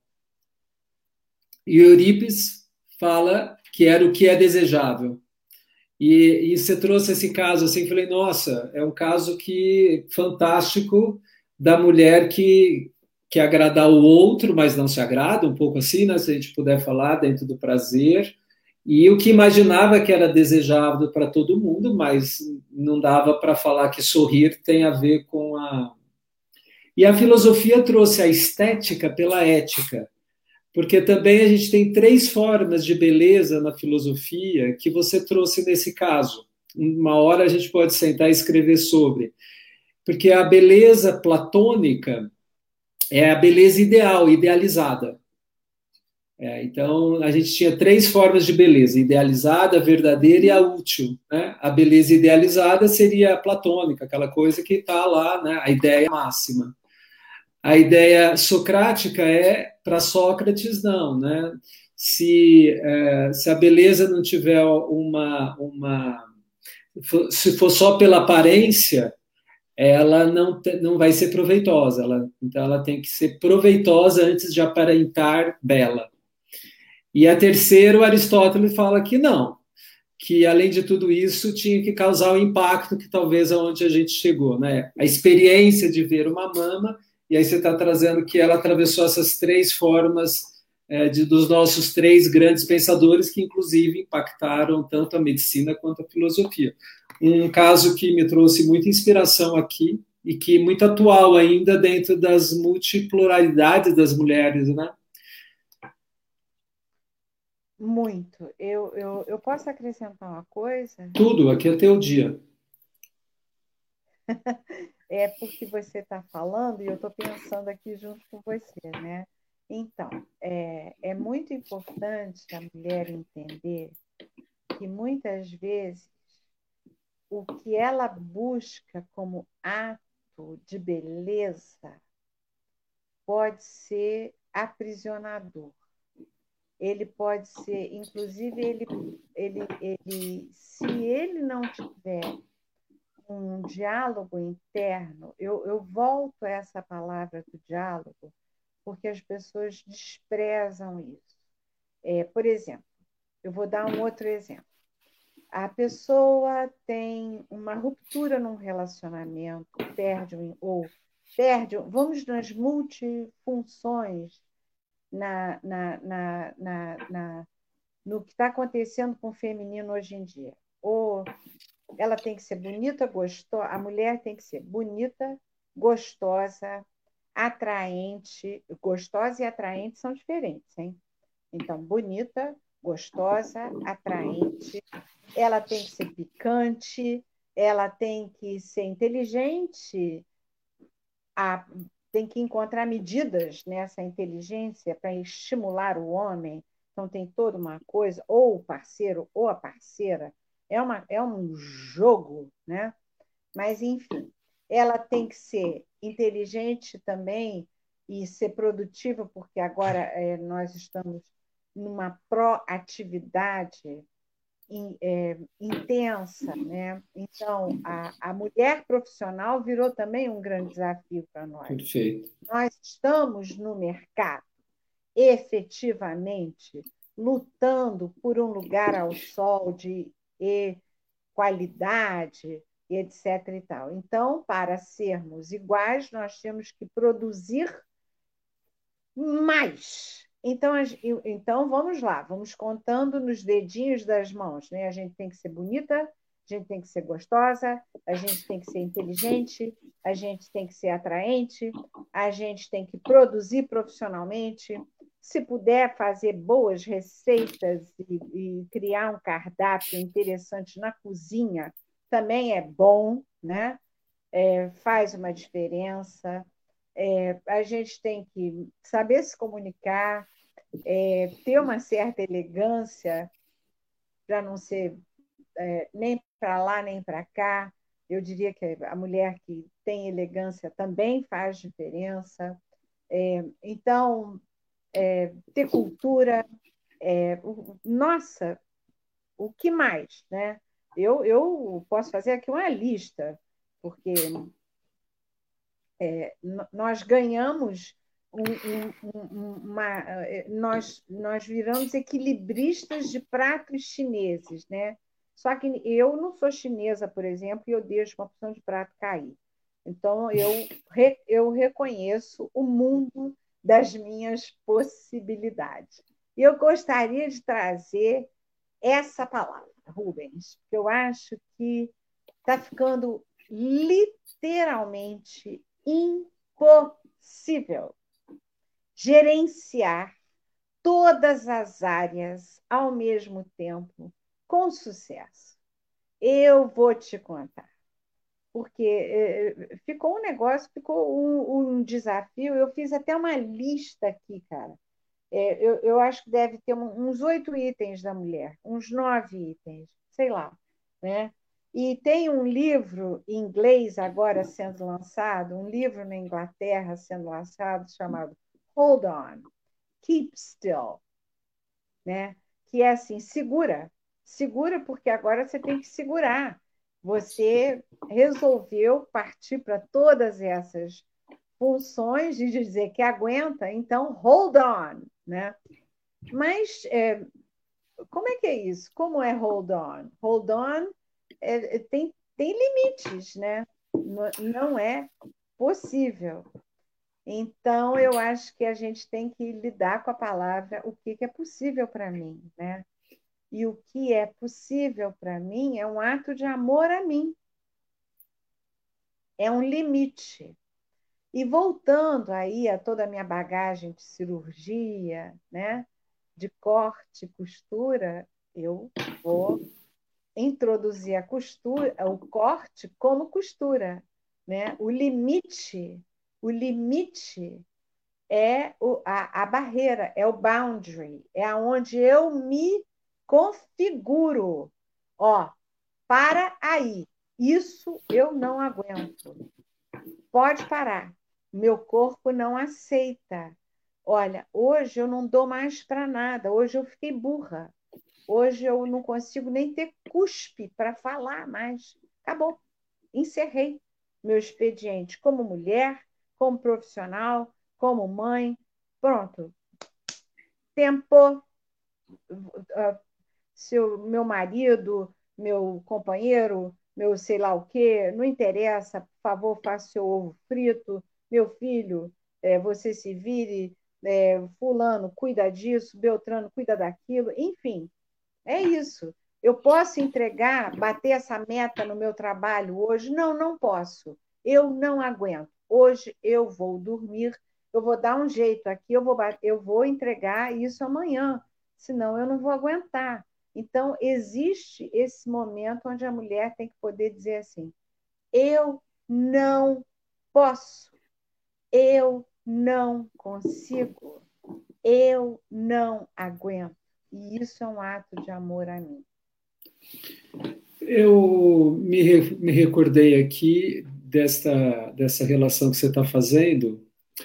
E Eurípides fala que era o que é desejável. E, e você trouxe esse caso assim, falei, nossa, é um caso que fantástico da mulher que quer agradar o outro, mas não se agrada, um pouco assim, né, se a gente puder falar, dentro do prazer, e o que imaginava que era desejável para todo mundo, mas não dava para falar que sorrir tem a ver com a... E a filosofia trouxe a estética pela ética, porque também a gente tem três formas de beleza na filosofia que você trouxe nesse caso. Uma hora a gente pode sentar e escrever sobre. Porque a beleza platônica é a beleza ideal, idealizada. É, então, a gente tinha três formas de beleza: idealizada, a verdadeira e a útil. Né? A beleza idealizada seria a platônica, aquela coisa que está lá, né? A ideia máxima. A ideia socrática é, para Sócrates, não. Né? Se, é, se a beleza não tiver uma, uma. Se for só pela aparência, ela não, não vai ser proveitosa. Ela, então, ela tem que ser proveitosa antes de aparentar bela. E a terceira, o Aristóteles fala que não, que além de tudo isso tinha que causar o impacto que talvez aonde a gente chegou, né? A experiência de ver uma mama, e aí você está trazendo que ela atravessou essas três formas é, de, dos nossos três grandes pensadores, que inclusive impactaram tanto a medicina quanto a filosofia. Um caso que me trouxe muita inspiração aqui, e que é muito atual ainda dentro das multipluralidades das mulheres, né? Muito. Eu, eu, eu posso acrescentar uma coisa? Tudo, aqui até o dia. É porque você está falando e eu estou pensando aqui junto com você, né? Então, é, é muito importante a mulher entender que muitas vezes o que ela busca como ato de beleza pode ser aprisionador. Ele pode ser, inclusive, ele, ele, ele, se ele não tiver um diálogo interno, eu, eu volto a essa palavra do diálogo, porque as pessoas desprezam isso. É, por exemplo, eu vou dar um outro exemplo. A pessoa tem uma ruptura num relacionamento, perde um, ou perde, vamos nas multifunções, na, na, na, na, na no que está acontecendo com o feminino hoje em dia. Ou ela tem que ser bonita, gostosa, a mulher tem que ser bonita, gostosa, atraente. Gostosa e atraente são diferentes, hein? Então, bonita, gostosa, atraente, ela tem que ser picante, ela tem que ser inteligente, a, tem que encontrar medidas nessa inteligência para estimular o homem. Então, tem toda uma coisa, ou o parceiro ou a parceira, é, uma, é um jogo, né? Mas, enfim, ela tem que ser inteligente também e ser produtiva, porque agora é, nós estamos numa proatividade é, intensa, né? Então, a, a mulher profissional virou também um grande desafio para nós. Perfeito. Nós estamos no mercado, efetivamente, lutando por um lugar ao sol de qualidade, e etc. E tal. Então, para sermos iguais, nós temos que produzir mais. Então, então vamos lá, vamos contando nos dedinhos das mãos. Né? A gente tem que ser bonita, a gente tem que ser gostosa, a gente tem que ser inteligente, a gente tem que ser atraente, a gente tem que produzir profissionalmente. Se puder fazer boas receitas e, e criar um cardápio interessante na cozinha, também é bom, né? É, faz uma diferença. É, a gente tem que saber se comunicar, é, ter uma certa elegância para não ser é, nem para lá nem para cá. Eu diria que a mulher que tem elegância também faz diferença. É, então, é, ter cultura. É, o, nossa, o que mais? Né? Eu, eu posso fazer aqui uma lista, porque é, nós ganhamos um, um, uma, nós, nós viramos equilibristas de pratos chineses, né? Só que eu não sou chinesa, por exemplo, e eu deixo uma porção de prato cair. Então, eu, eu reconheço o mundo das minhas possibilidades. E eu gostaria de trazer essa palavra, Rubens, que eu acho que está ficando literalmente impossível gerenciar todas as áreas ao mesmo tempo com sucesso. Eu vou te contar, porque ficou um negócio, ficou um, um desafio. Eu fiz até uma lista aqui, cara, É, eu, eu acho que deve ter um- uns oito itens da mulher, uns nove itens, sei lá, né? E tem um livro em inglês agora sendo lançado, um livro na Inglaterra sendo lançado chamado Hold On, Keep Still, né? Que é assim, segura, segura porque agora você tem que segurar. Você resolveu partir para todas essas funções de dizer que aguenta, então hold on, né? Mas é, como é que é isso? Como é hold on? Hold on é, é, tem, tem limites, né? Não, não é possível. Então, eu acho que a gente tem que lidar com a palavra o que, que é possível para mim, né? E o que é possível para mim é um ato de amor a mim, é um limite. E voltando aí a toda a minha bagagem de cirurgia, né, de corte e costura, eu vou introduzir a costura, o corte como costura, né? O limite, o limite é o, a, a barreira, é o boundary, é aonde eu me configuro. Ó, para aí. Isso eu não aguento. Pode parar. Meu corpo não aceita. Olha, hoje eu não dou mais para nada. Hoje eu fiquei burra. Hoje eu não consigo nem ter cuspe para falar mais. Acabou. Encerrei meu expediente como mulher, como profissional, como mãe. Pronto. Tempo. Se o meu marido, meu companheiro, meu sei lá o quê, não interessa, por favor, faça seu ovo frito, meu filho, é, você se vire, é, fulano, cuida disso, Beltrano, cuida daquilo, enfim, é isso. Eu posso entregar, bater essa meta no meu trabalho hoje? Não, não posso. Eu não aguento. Hoje eu vou dormir, eu vou dar um jeito aqui, eu vou, eu vou entregar isso amanhã, senão eu não vou aguentar. Então, existe esse momento onde a mulher tem que poder dizer assim: eu não posso, eu não consigo, eu não aguento. E isso é um ato de amor a mim. Eu me, re, me recordei aqui desta, dessa relação que você está fazendo,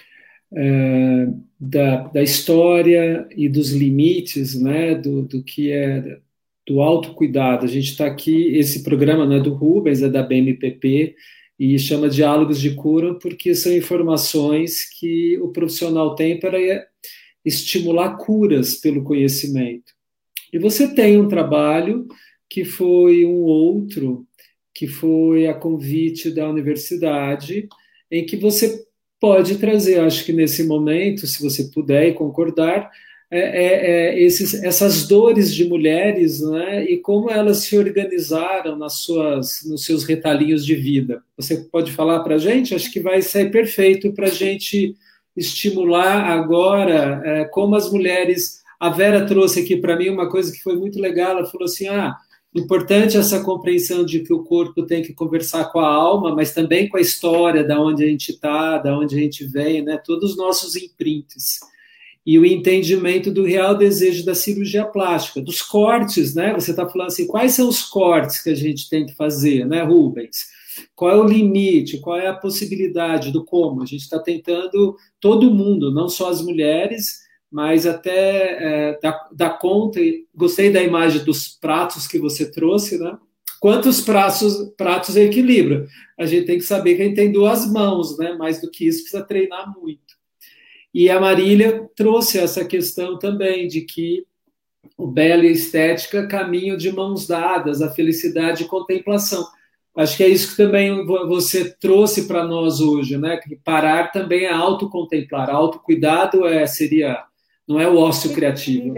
é, da, da história e dos limites, né, do, do que é do autocuidado. A gente está aqui, esse programa não é do Rubens, é da B M P P, e chama Diálogos de Cura, porque são informações que o profissional tem para estimular curas pelo conhecimento. E você tem um trabalho que foi um outro, que foi a convite da universidade, em que você pode trazer, acho que nesse momento, se você puder e concordar, é, é, é, esses, essas dores de mulheres, né, e como elas se organizaram nas suas, nos seus retalhinhos de vida. Você pode falar para a gente? Acho que vai ser perfeito para a gente estimular agora é, como as mulheres. A Vera trouxe aqui para mim uma coisa que foi muito legal. Ela falou assim: ah, importante essa compreensão de que o corpo tem que conversar com a alma, mas também com a história, da onde a gente está, da onde a gente vem, né? Todos os nossos imprints. E o entendimento do real desejo da cirurgia plástica, dos cortes, né? Você está falando assim, quais são os cortes que a gente tem que fazer, né, Rubens? Qual é o limite? Qual é a possibilidade do como? A gente está tentando, todo mundo, não só as mulheres, mas até é, dar, dar conta. Gostei da imagem dos pratos que você trouxe, né? Quantos pratos, pratos é equilíbrio? A gente tem que saber que a gente tem duas mãos, né? Mais do que isso, precisa treinar muito. E a Marília trouxe essa questão também de que o belo e a estética caminham de mãos dadas, a felicidade e contemplação. Acho que é isso que também você trouxe para nós hoje, né? Que parar também é autocontemplar. Autocuidado é, seria, não é o ócio criativo.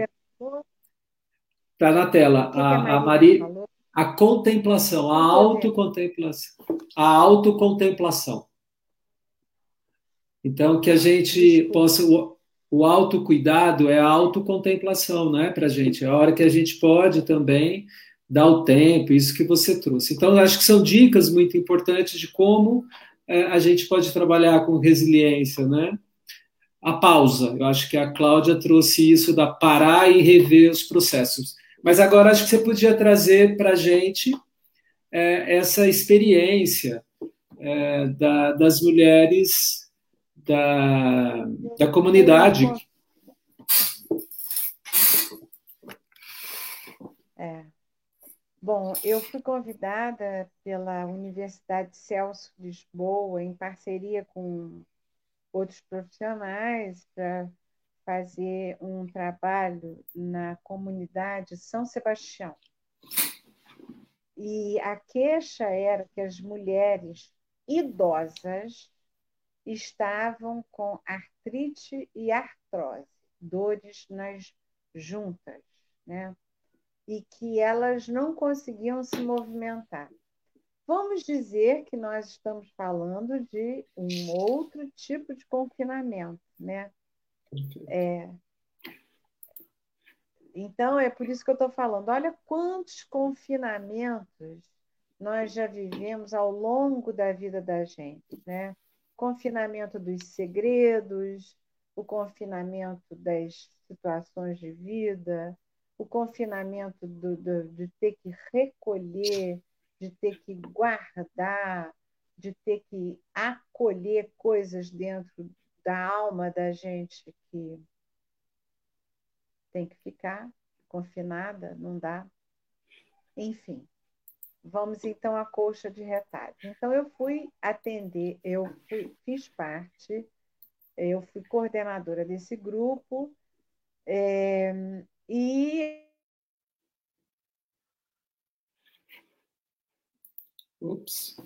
Está na tela. Que que a, a, a, Mari, falou? a contemplação, a autocontemplação. A autocontemplação. Então, que a gente Desculpa. possa. O, o autocuidado é a autocontemplação, não é, para a gente? É a hora que a gente pode também dar o tempo, isso que você trouxe. Então, acho que são dicas muito importantes de como é, a gente pode trabalhar com resiliência, né? a pausa. Eu acho que a Cláudia trouxe isso da parar e rever os processos. Mas agora acho que você podia trazer para a gente é, essa experiência é, da, das mulheres da, da Fui, comunidade. é, bom, eu fui convidada pela Universidade Celso de Lisboa, em parceria com outros profissionais, para fazer um trabalho na comunidade São Sebastião. E a queixa era que as mulheres idosas estavam com artrite e artrose, dores nas juntas, né? E que elas não conseguiam se movimentar. Vamos dizer que nós estamos falando de um outro tipo de confinamento, né? É, então, é por isso que eu estou falando. Olha quantos confinamentos nós já vivemos ao longo da vida da gente, né? Confinamento dos segredos, o confinamento das situações de vida, o confinamento do, do, de ter que recolher, de ter que guardar, de ter que acolher coisas dentro da alma da gente que tem que ficar confinada, não dá. Enfim, vamos então à colcha de retalhos. Então, eu fui atender, eu fui, fiz parte, eu fui coordenadora desse grupo, é, e. Ups.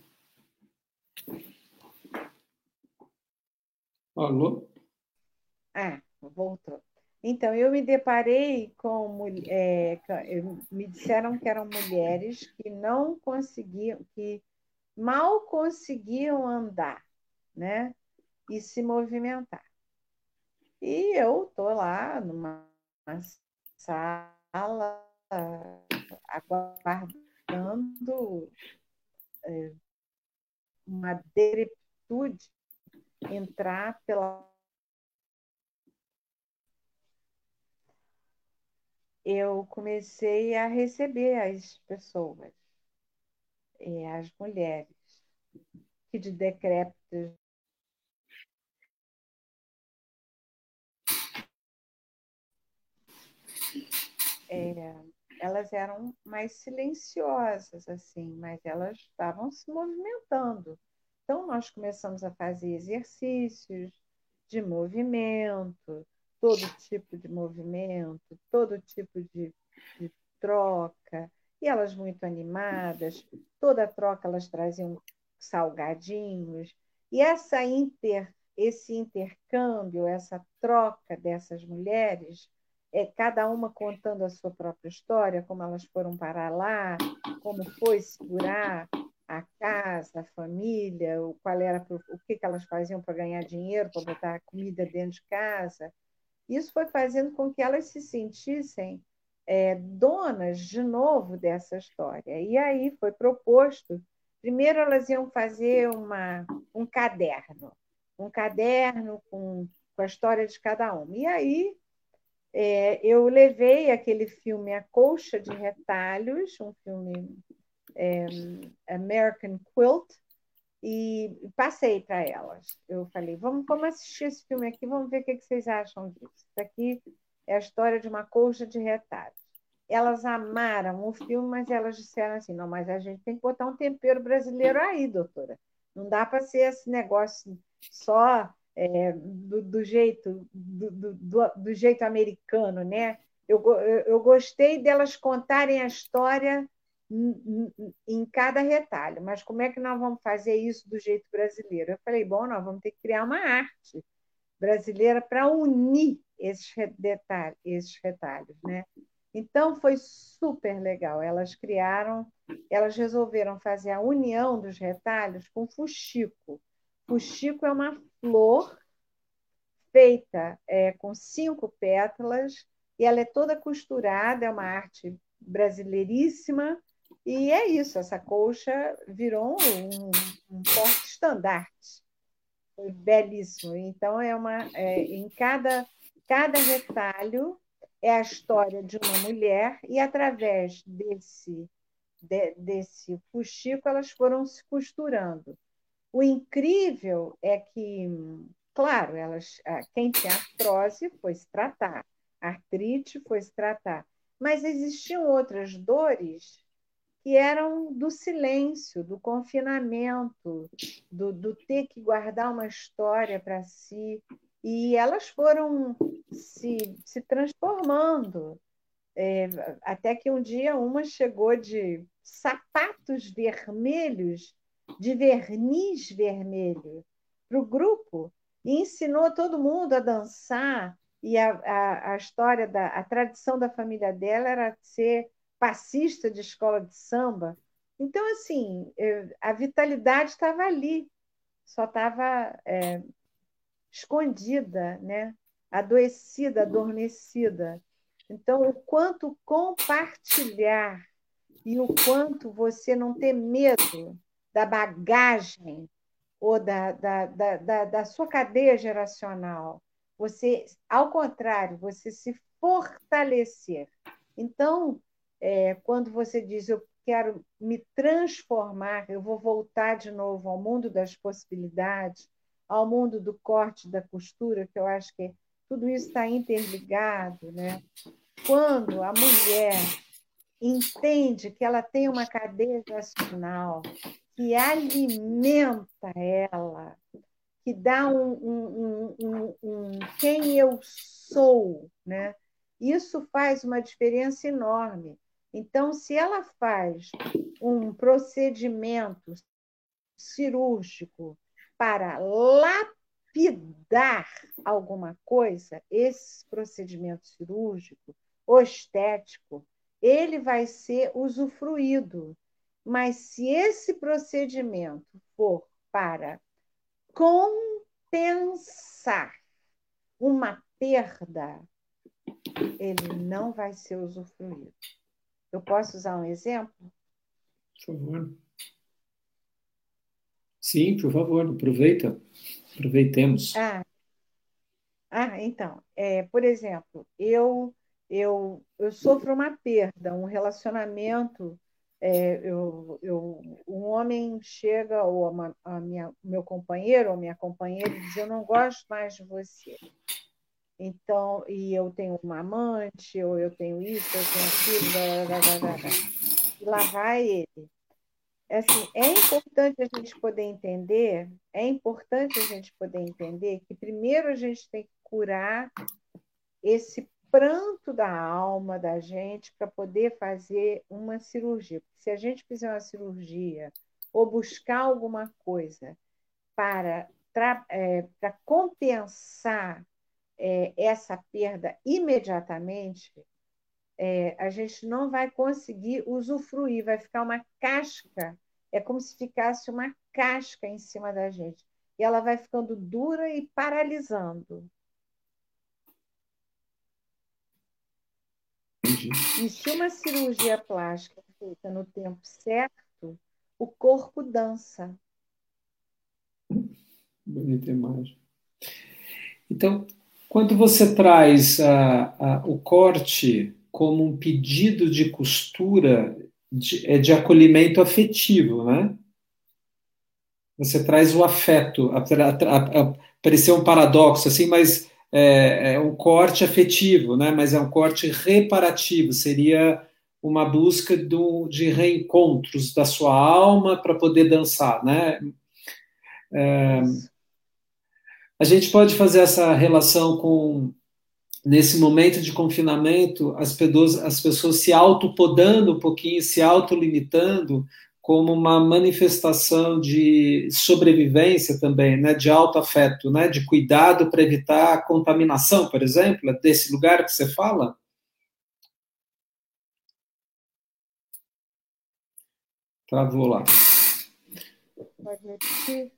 Alô? Ah, voltou. Então, eu me deparei com. É, me disseram que eram mulheres que não conseguiam, que mal conseguiam andar, né? E se movimentar. E eu estou lá numa sala aguardando uma decrepitude entrar pela. Eu comecei a receber as pessoas, as mulheres, que de decrépitos é, elas eram mais silenciosas, assim, mas elas estavam se movimentando. Então, nós começamos a fazer exercícios de movimento, todo tipo de movimento, todo tipo de, de troca, e elas muito animadas, toda troca elas traziam salgadinhos, e essa inter, esse intercâmbio, essa troca dessas mulheres, é, cada uma contando a sua própria história, como elas foram parar lá, como foi segurar a casa, a família, o, qual era, o que elas faziam para ganhar dinheiro, para botar comida dentro de casa. Isso foi fazendo com que elas se sentissem é, donas de novo dessa história. E aí foi proposto, primeiro elas iam fazer uma, um caderno, um caderno com, com a história de cada uma. E aí é, eu levei aquele filme A Colcha de Retalhos, um filme é, American Quilt, e passei para elas. Eu falei, vamos, vamos assistir esse filme aqui, vamos ver o que vocês acham disso. Isso aqui é a história de uma colcha de retalhos. Elas amaram o filme, mas elas disseram assim, não, mas a gente tem que botar um tempero brasileiro aí, doutora. Não dá para ser esse negócio só é, do, do, jeito, do, do, do jeito americano, né? Eu, eu, eu gostei delas contarem a história em cada retalho, mas como é que nós vamos fazer isso do jeito brasileiro? Eu falei, bom, nós vamos ter que criar uma arte brasileira para unir esses detalhes, esses retalhos, né? Então foi super legal. Elas criaram, elas resolveram fazer a união dos retalhos com fuxico. Fuxico é uma flor feita é, com cinco pétalas e ela é toda costurada, é uma arte brasileiríssima. E é isso, essa colcha virou um, um porte-estandarte. Foi belíssimo. Então, é uma, é, em cada, cada retalho é a história de uma mulher, e através desse, de- desse fuxico elas foram se costurando. O incrível é que, claro, elas, ah, quem tinha artrose foi se tratar, artrite foi se tratar, mas existiam outras dores que eram do silêncio, do confinamento, do, do ter que guardar uma história para si. E elas foram se, se transformando, é, até que um dia uma chegou de sapatos vermelhos, de verniz vermelho, para o grupo e ensinou todo mundo a dançar. E a, a, a história da a tradição da família dela era ser passista de escola de samba. Então, assim, é, a vitalidade estava ali, só estava é, escondida, né? Adoecida, adormecida. Então, o quanto compartilhar e o quanto você não ter medo da bagagem ou da, da, da, da, da sua cadeia geracional. Você, ao contrário, você se fortalecer. Então, é, quando você diz eu quero me transformar, eu vou voltar de novo ao mundo das possibilidades, ao mundo do corte, da costura, que eu acho que tudo isso está interligado, né? Quando a mulher entende que ela tem uma cadeia geracional que alimenta ela, que dá um, um, um, um, quem eu sou, né? Isso faz uma diferença enorme. Então, se ela faz um procedimento cirúrgico para lapidar alguma coisa, esse procedimento cirúrgico ou estético, ele vai ser usufruído. Mas se esse procedimento for para compensar uma perda, ele não vai ser usufruído. Eu posso usar um exemplo? Por favor. Sim, por favor, aproveita. Aproveitemos. Ah, ah então, é, por exemplo, eu, eu, eu sofro uma perda, um relacionamento. É, eu, eu, um homem chega, ou uma, a minha, meu companheiro ou minha companheira, e diz: eu não gosto mais de você. Então, e eu tenho uma amante, ou eu tenho isso, eu tenho aquilo, blá, blá, blá, blá, blá. E lá vai ele. É assim, é importante a gente poder entender, é importante a gente poder entender que primeiro a gente tem que curar esse pranto da alma da gente para poder fazer uma cirurgia. Porque se a gente fizer uma cirurgia ou buscar alguma coisa para, é, para compensar é, essa perda imediatamente, é, a gente não vai conseguir usufruir, vai ficar uma casca, é como se ficasse uma casca em cima da gente. E ela vai ficando dura e paralisando. E se uma cirurgia plástica é feita no tempo certo, o corpo dança. Bonita imagem. Então, quando você traz a, a, o corte como um pedido de costura, de, é de acolhimento afetivo, né? Você traz o afeto. A, a, a, pareceu um paradoxo, assim, mas é, é um corte afetivo, né? Mas é um corte reparativo. Seria uma busca do, de reencontros da sua alma para poder dançar, né? Isso. A gente pode fazer essa relação com nesse momento de confinamento, as pessoas, as pessoas se autopodando um pouquinho, se autolimitando, como uma manifestação de sobrevivência também, né, de autoafeto, né, de cuidado para evitar a contaminação, por exemplo, é desse lugar que você fala? Travou lá. Pode repetir?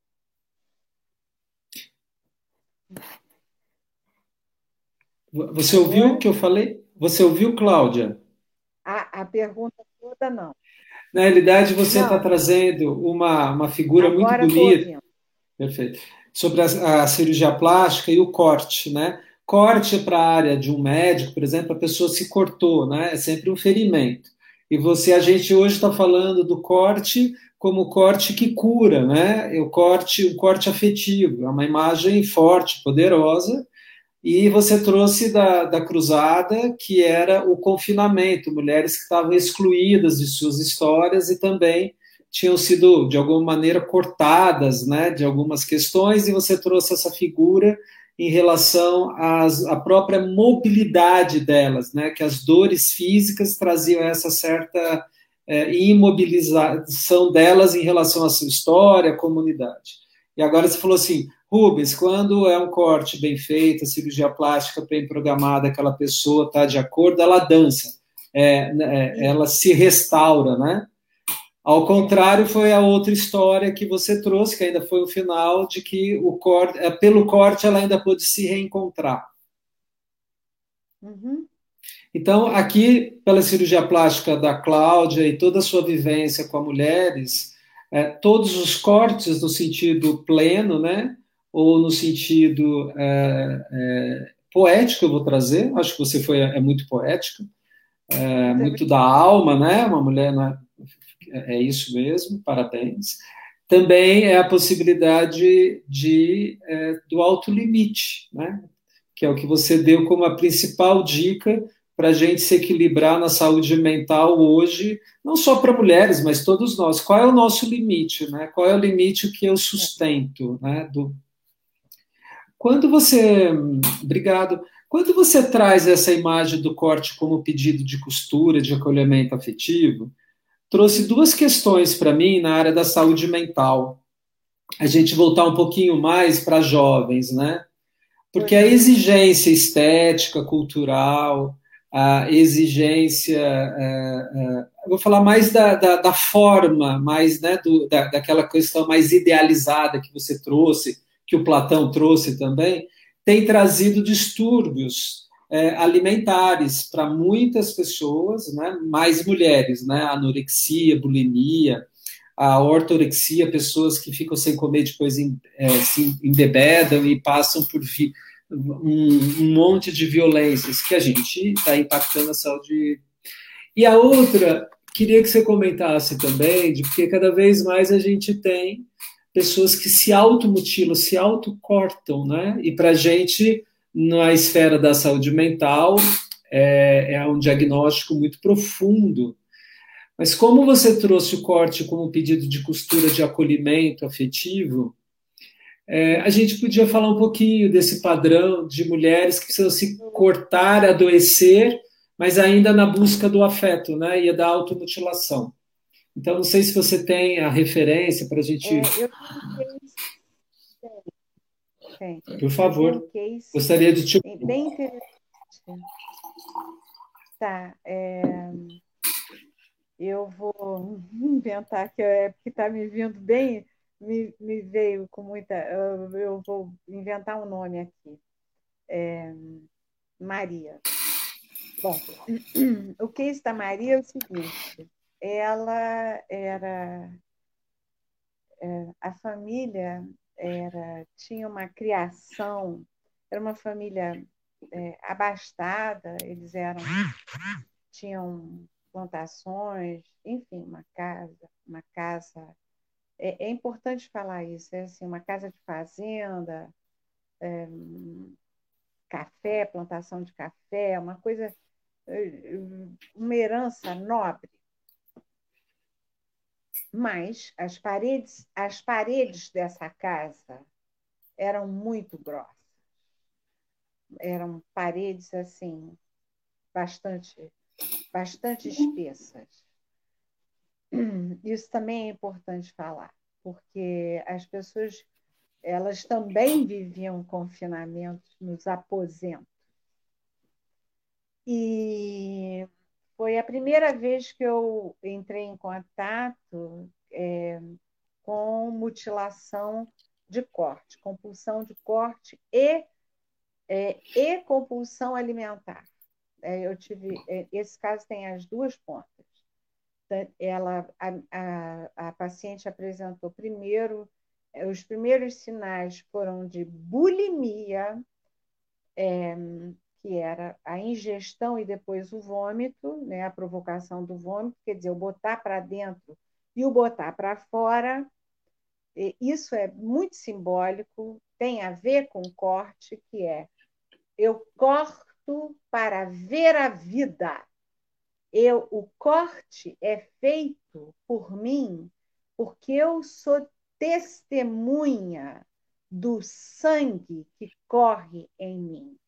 Você ouviu o Agora? que eu falei? Você ouviu, Cláudia? A, a pergunta toda, não. Na realidade, você está Não, trazendo uma, uma figura muito agora estou bonita. ouvindo. Perfeito. Sobre a, a cirurgia plástica e o corte, né? Corte para a área de um médico, por exemplo, a pessoa se cortou, né? É sempre um ferimento. E você, a gente hoje está falando do corte como corte que cura, né? O corte, o corte afetivo, é uma imagem forte, poderosa. E você trouxe da, da cruzada, que era o confinamento, mulheres que estavam excluídas de suas histórias e também tinham sido, de alguma maneira, cortadas, né, de algumas questões, e você trouxe essa figura em relação às, à própria mobilidade delas, né, que as dores físicas traziam essa certa é, imobilização delas em relação à sua história, à comunidade. E agora você falou assim, Rubens, quando é um corte bem feito, a cirurgia plástica bem programada, aquela pessoa está de acordo, ela dança, é, é, ela se restaura, né? Ao contrário, foi a outra história que você trouxe, que ainda foi o final, de que o corte, é, pelo corte ela ainda pôde se reencontrar. Uhum. Então, aqui, pela cirurgia plástica da Cláudia e toda a sua vivência com as mulheres, é, todos os cortes no sentido pleno, né? Ou no sentido é, é, poético, eu vou trazer, acho que você foi é muito poética, é, muito da alma, né? Uma mulher, né? É isso mesmo, parabéns. Também é a possibilidade de, é, do autolimite, né? Que é o que você deu como a principal dica para a gente se equilibrar na saúde mental hoje, não só para mulheres, mas todos nós. Qual é o nosso limite, né? Qual é o limite que eu sustento, né? Do... Quando você, obrigado. Quando você traz essa imagem do corte como pedido de costura, de acolhimento afetivo, trouxe duas questões para mim na área da saúde mental. A gente voltar um pouquinho mais para jovens, né? Porque a exigência estética, cultural, a exigência, é, é, eu vou falar mais da, da, da forma, mais né, do, da, daquela questão mais idealizada que você trouxe, que o Platão trouxe também, tem trazido distúrbios é, alimentares para muitas pessoas, né, mais mulheres, né, anorexia, bulimia, a ortorexia, pessoas que ficam sem comer, depois é, se embebedam e passam por vi, um, um monte de violências que a gente está impactando a saúde. E a outra, queria que você comentasse também, de porque cada vez mais a gente tem pessoas que se automutilam, se autocortam, né? E para a gente, na esfera da saúde mental, é, é um diagnóstico muito profundo. Mas como você trouxe o corte como pedido de costura de acolhimento afetivo, é, a gente podia falar um pouquinho desse padrão de mulheres que precisam se cortar, adoecer, mas ainda na busca do afeto, né? E da automutilação. Então, não sei se você tem a referência para a gente. É, eu tenho um case, tem. Por Eu tenho favor, um case gostaria de te. bem interessante. Tá, é, eu vou inventar que é porque está me vindo bem, me, me veio com muita. Eu, eu vou inventar um nome aqui. É, Maria. Bom, o case da Maria é o seguinte: ela era. É, a família era, tinha uma criação, era uma família é, abastada, eles eram, tinham plantações, enfim, uma casa, uma casa. É, é importante falar isso, é assim, uma casa de fazenda, é, café, plantação de café, uma coisa, uma herança nobre. Mas as paredes, as paredes dessa casa eram muito grossas. Eram paredes assim, bastante, bastante espessas. Isso também é importante falar, porque as pessoas elas também viviam confinamento nos aposentos. E foi a primeira vez que eu entrei em contato é, com mutilação de corte, compulsão de corte e, é, e compulsão alimentar. É, eu tive, é, esse caso tem as duas pontas. Ela, a, a, a paciente apresentou primeiro os primeiros sinais foram de bulimia, é, que era a ingestão e depois o vômito, né, a provocação do vômito, quer dizer, o botar para dentro e o botar para fora. E isso é muito simbólico, tem a ver com corte, que é eu corto para ver a vida. Eu, o corte é feito por mim porque eu sou testemunha do sangue que corre em mim.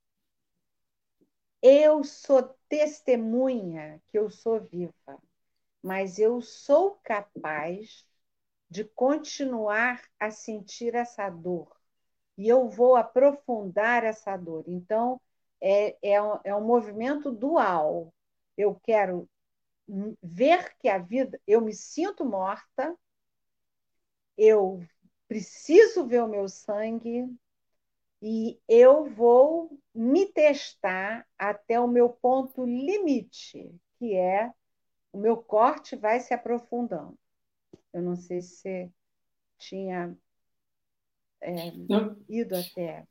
Eu sou testemunha que eu sou viva, mas eu sou capaz de continuar a sentir essa dor. E eu vou aprofundar essa dor. Então, é, é, um, é um movimento dual. Eu quero ver que a vida, eu me sinto morta, eu preciso ver o meu sangue e eu vou me testar até o meu ponto limite, que é o meu corte vai se aprofundando. Eu não sei se você tinha é, ido até.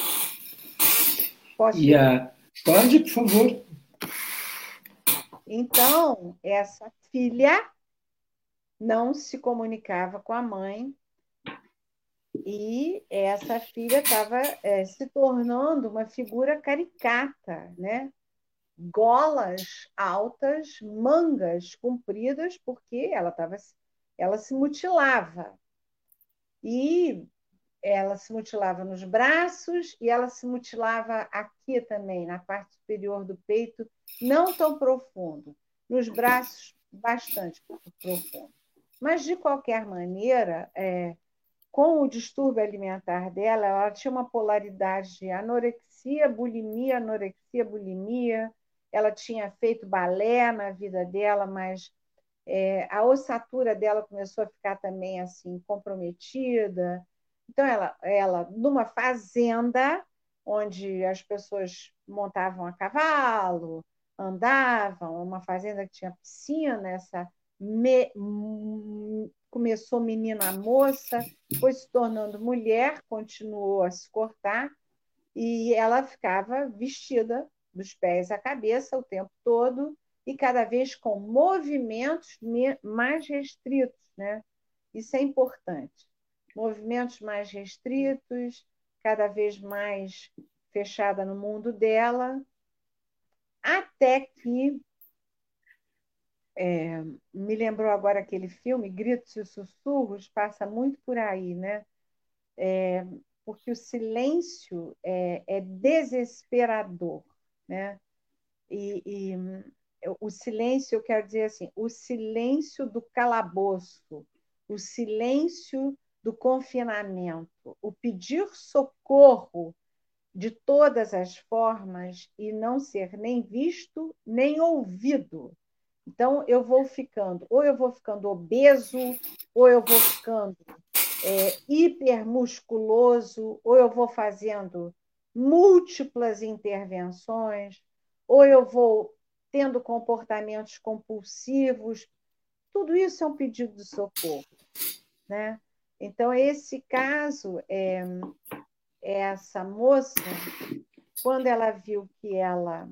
Posso E ir? a... Pode, por favor. Então, essa filha não se comunicava com a mãe e essa filha estava é, se tornando uma figura caricata, né? Golas altas, mangas compridas, porque ela tava, ela se mutilava. E ela se mutilava nos braços e ela se mutilava aqui também, na parte superior do peito, não tão profundo. Nos braços, bastante profundo. Mas, de qualquer maneira, é, com o distúrbio alimentar dela, ela tinha uma polaridade de anorexia, bulimia, anorexia, bulimia. Ela tinha feito balé na vida dela, mas é, a ossatura dela começou a ficar também assim comprometida. Então, ela, ela, numa fazenda onde as pessoas montavam a cavalo, andavam, uma fazenda que tinha piscina, essa me, começou menina moça, foi se tornando mulher, continuou a se cortar, e ela ficava vestida dos pés à cabeça o tempo todo e cada vez com movimentos mais restritos, né? Isso é importante. Movimentos mais restritos, cada vez mais fechada no mundo dela, até que é, me lembrou agora aquele filme Gritos e Sussurros, passa muito por aí, né? É, porque o silêncio é, é desesperador, né? E, e o silêncio, eu quero dizer assim, o silêncio do calabouço, o silêncio do confinamento, o pedir socorro de todas as formas e não ser nem visto nem ouvido. Então, eu vou ficando, ou eu vou ficando obeso, ou eu vou ficando é, hipermusculoso, ou eu vou fazendo múltiplas intervenções, ou eu vou tendo comportamentos compulsivos. Tudo isso é um pedido de socorro, né? Então, esse caso, é, essa moça, quando ela viu que ela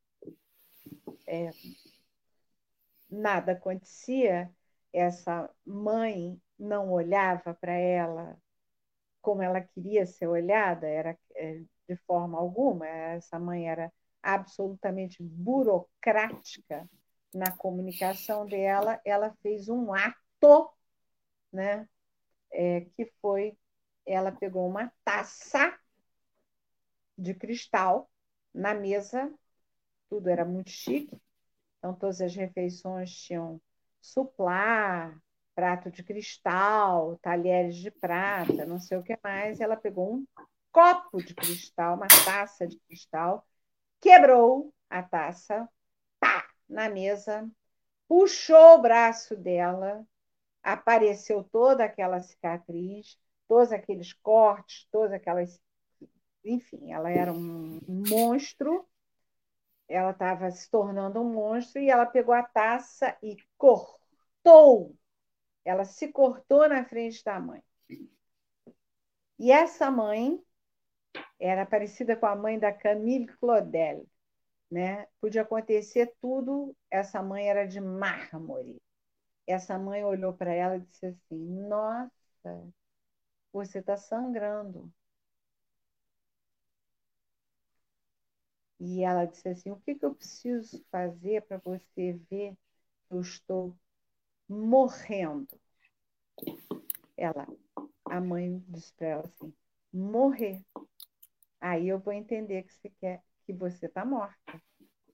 é, nada acontecia, essa mãe não olhava para ela como ela queria ser olhada, era de forma alguma. Essa mãe era absolutamente burocrática na comunicação dela. Ela fez um ato, né, é, que foi, ela pegou uma taça de cristal na mesa, tudo era muito chique, então todas as refeições tinham suplá, prato de cristal, talheres de prata, não sei o que mais. Ela pegou um copo de cristal, uma taça de cristal, quebrou a taça, pá, na mesa, puxou o braço dela, apareceu toda aquela cicatriz, todos aqueles cortes, todas aquelas. Enfim, ela era um monstro, ela estava se tornando um monstro e ela pegou a taça e cortou. Ela se cortou na frente da mãe. E essa mãe era parecida com a mãe da Camille Claudel, né? Podia acontecer tudo, essa mãe era de mármore. Essa mãe olhou para ela e disse assim: Nossa, você está sangrando. E ela disse assim: O que, que eu preciso fazer para você ver que eu estou morrendo? Ela, a mãe disse para ela assim: Morrer. Aí eu vou entender que você quer que você está morta.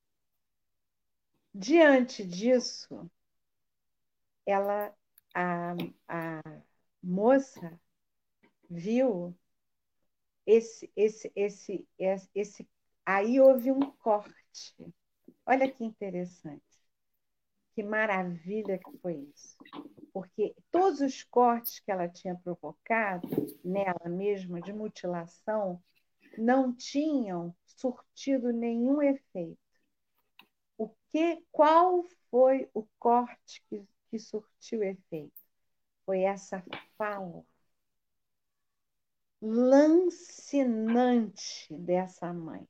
Diante disso, ela, a, a moça viu esse, esse, esse, esse, esse. Aí houve um corte. Olha que interessante. Que maravilha que foi isso. Porque todos os cortes que ela tinha provocado nela mesma, de mutilação, não tinham surtido nenhum efeito. O que, qual foi o corte que, que surtiu efeito? Foi essa fala lancinante dessa mãe.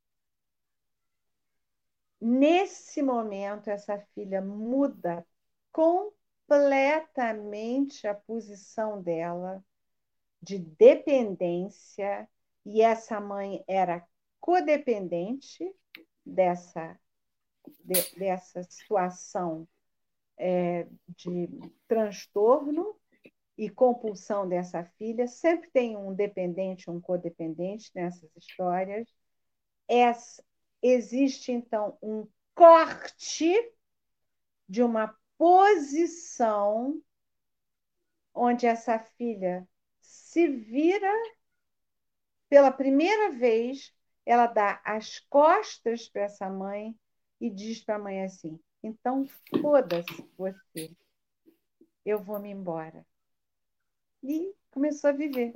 Nesse momento, essa filha muda completamente a posição dela de dependência, e essa mãe era codependente dessa, de, dessa situação é, de transtorno e compulsão dessa filha. Sempre tem um dependente, um codependente nessas histórias. Essa, existe, então, um corte de uma posição onde essa filha se vira pela primeira vez, ela dá as costas para essa mãe e diz para a mãe assim: então foda-se você, eu vou me embora. E começou a viver.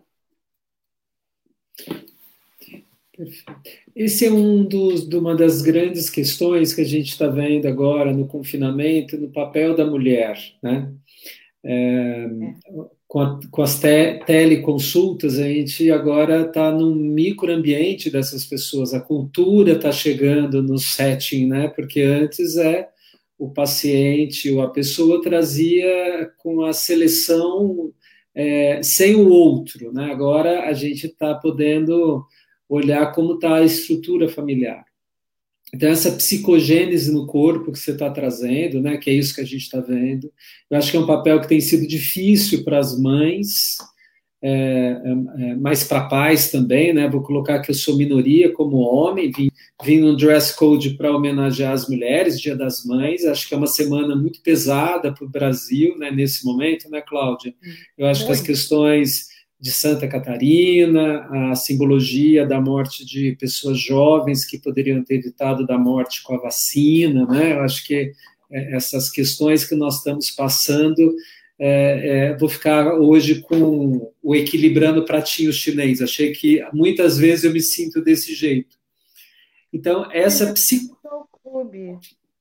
Perfeito. Esse é um dos, de uma das grandes questões que a gente está vendo agora no confinamento, no papel da mulher, né? É, é. Com, a, com as te, teleconsultas, a gente agora está num microambiente dessas pessoas, a cultura está chegando no setting, né? Porque antes é o paciente ou a pessoa trazia com a seleção é, sem o outro, né? Agora a gente está podendo olhar como está a estrutura familiar. Então, essa psicogênese no corpo que você está trazendo, né, que é isso que a gente está vendo, eu acho que é um papel que tem sido difícil para as mães, é, é, mas para pais também, né, vou colocar que eu sou minoria como homem, vim, vim num dress code para homenagear as mulheres, Dia das Mães, acho que é uma semana muito pesada para o Brasil, né, nesse momento, né, Cláudia? Eu acho muito. Que as questões de Santa Catarina, a simbologia da morte de pessoas jovens que poderiam ter evitado da morte com a vacina, né? Eu acho que essas questões que nós estamos passando, é, é, vou ficar hoje com o equilibrando pratinho chinês. Achei que muitas vezes eu me sinto desse jeito. Então, essa psico... clube.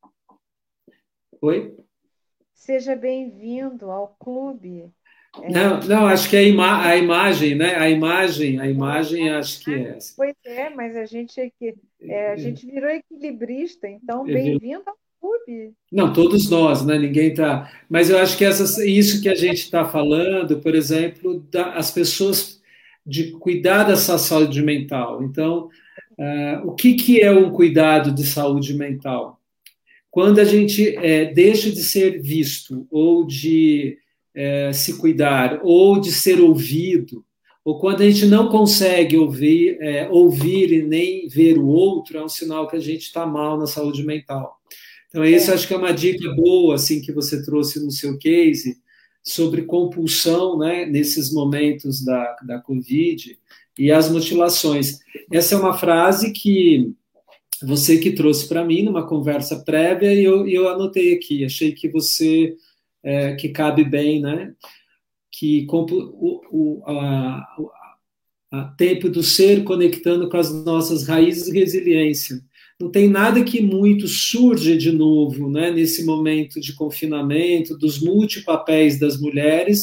Oi? Seja bem-vindo ao clube. É. Não, não, acho que a, ima a imagem, né? A imagem, a imagem, acho que é. Pois é, mas a gente aqui, é, a gente virou equilibrista, então bem-vindo ao clube. Não, todos nós, né? Ninguém está. Mas eu acho que essas, isso que a gente está falando, por exemplo, da, as pessoas de cuidar dessa saúde mental. Então, uh, o que, que é um cuidado de saúde mental? Quando a gente é, deixa de ser visto ou de É, se cuidar, ou de ser ouvido, ou quando a gente não consegue ouvir, é, ouvir e nem ver o outro, é um sinal que a gente está mal na saúde mental. Então, isso é. Acho que é uma dica boa, assim, que você trouxe no seu case, sobre compulsão, né, nesses momentos da, da Covid e as mutilações. Essa é uma frase que você que trouxe para mim numa conversa prévia e eu, eu anotei aqui, achei que você... É, que cabe bem, né? Que o, o a, a tempo do ser conectando com as nossas raízes e resiliência. Não tem nada que muito surge de novo, né? Nesse momento de confinamento, dos multipapéis das mulheres,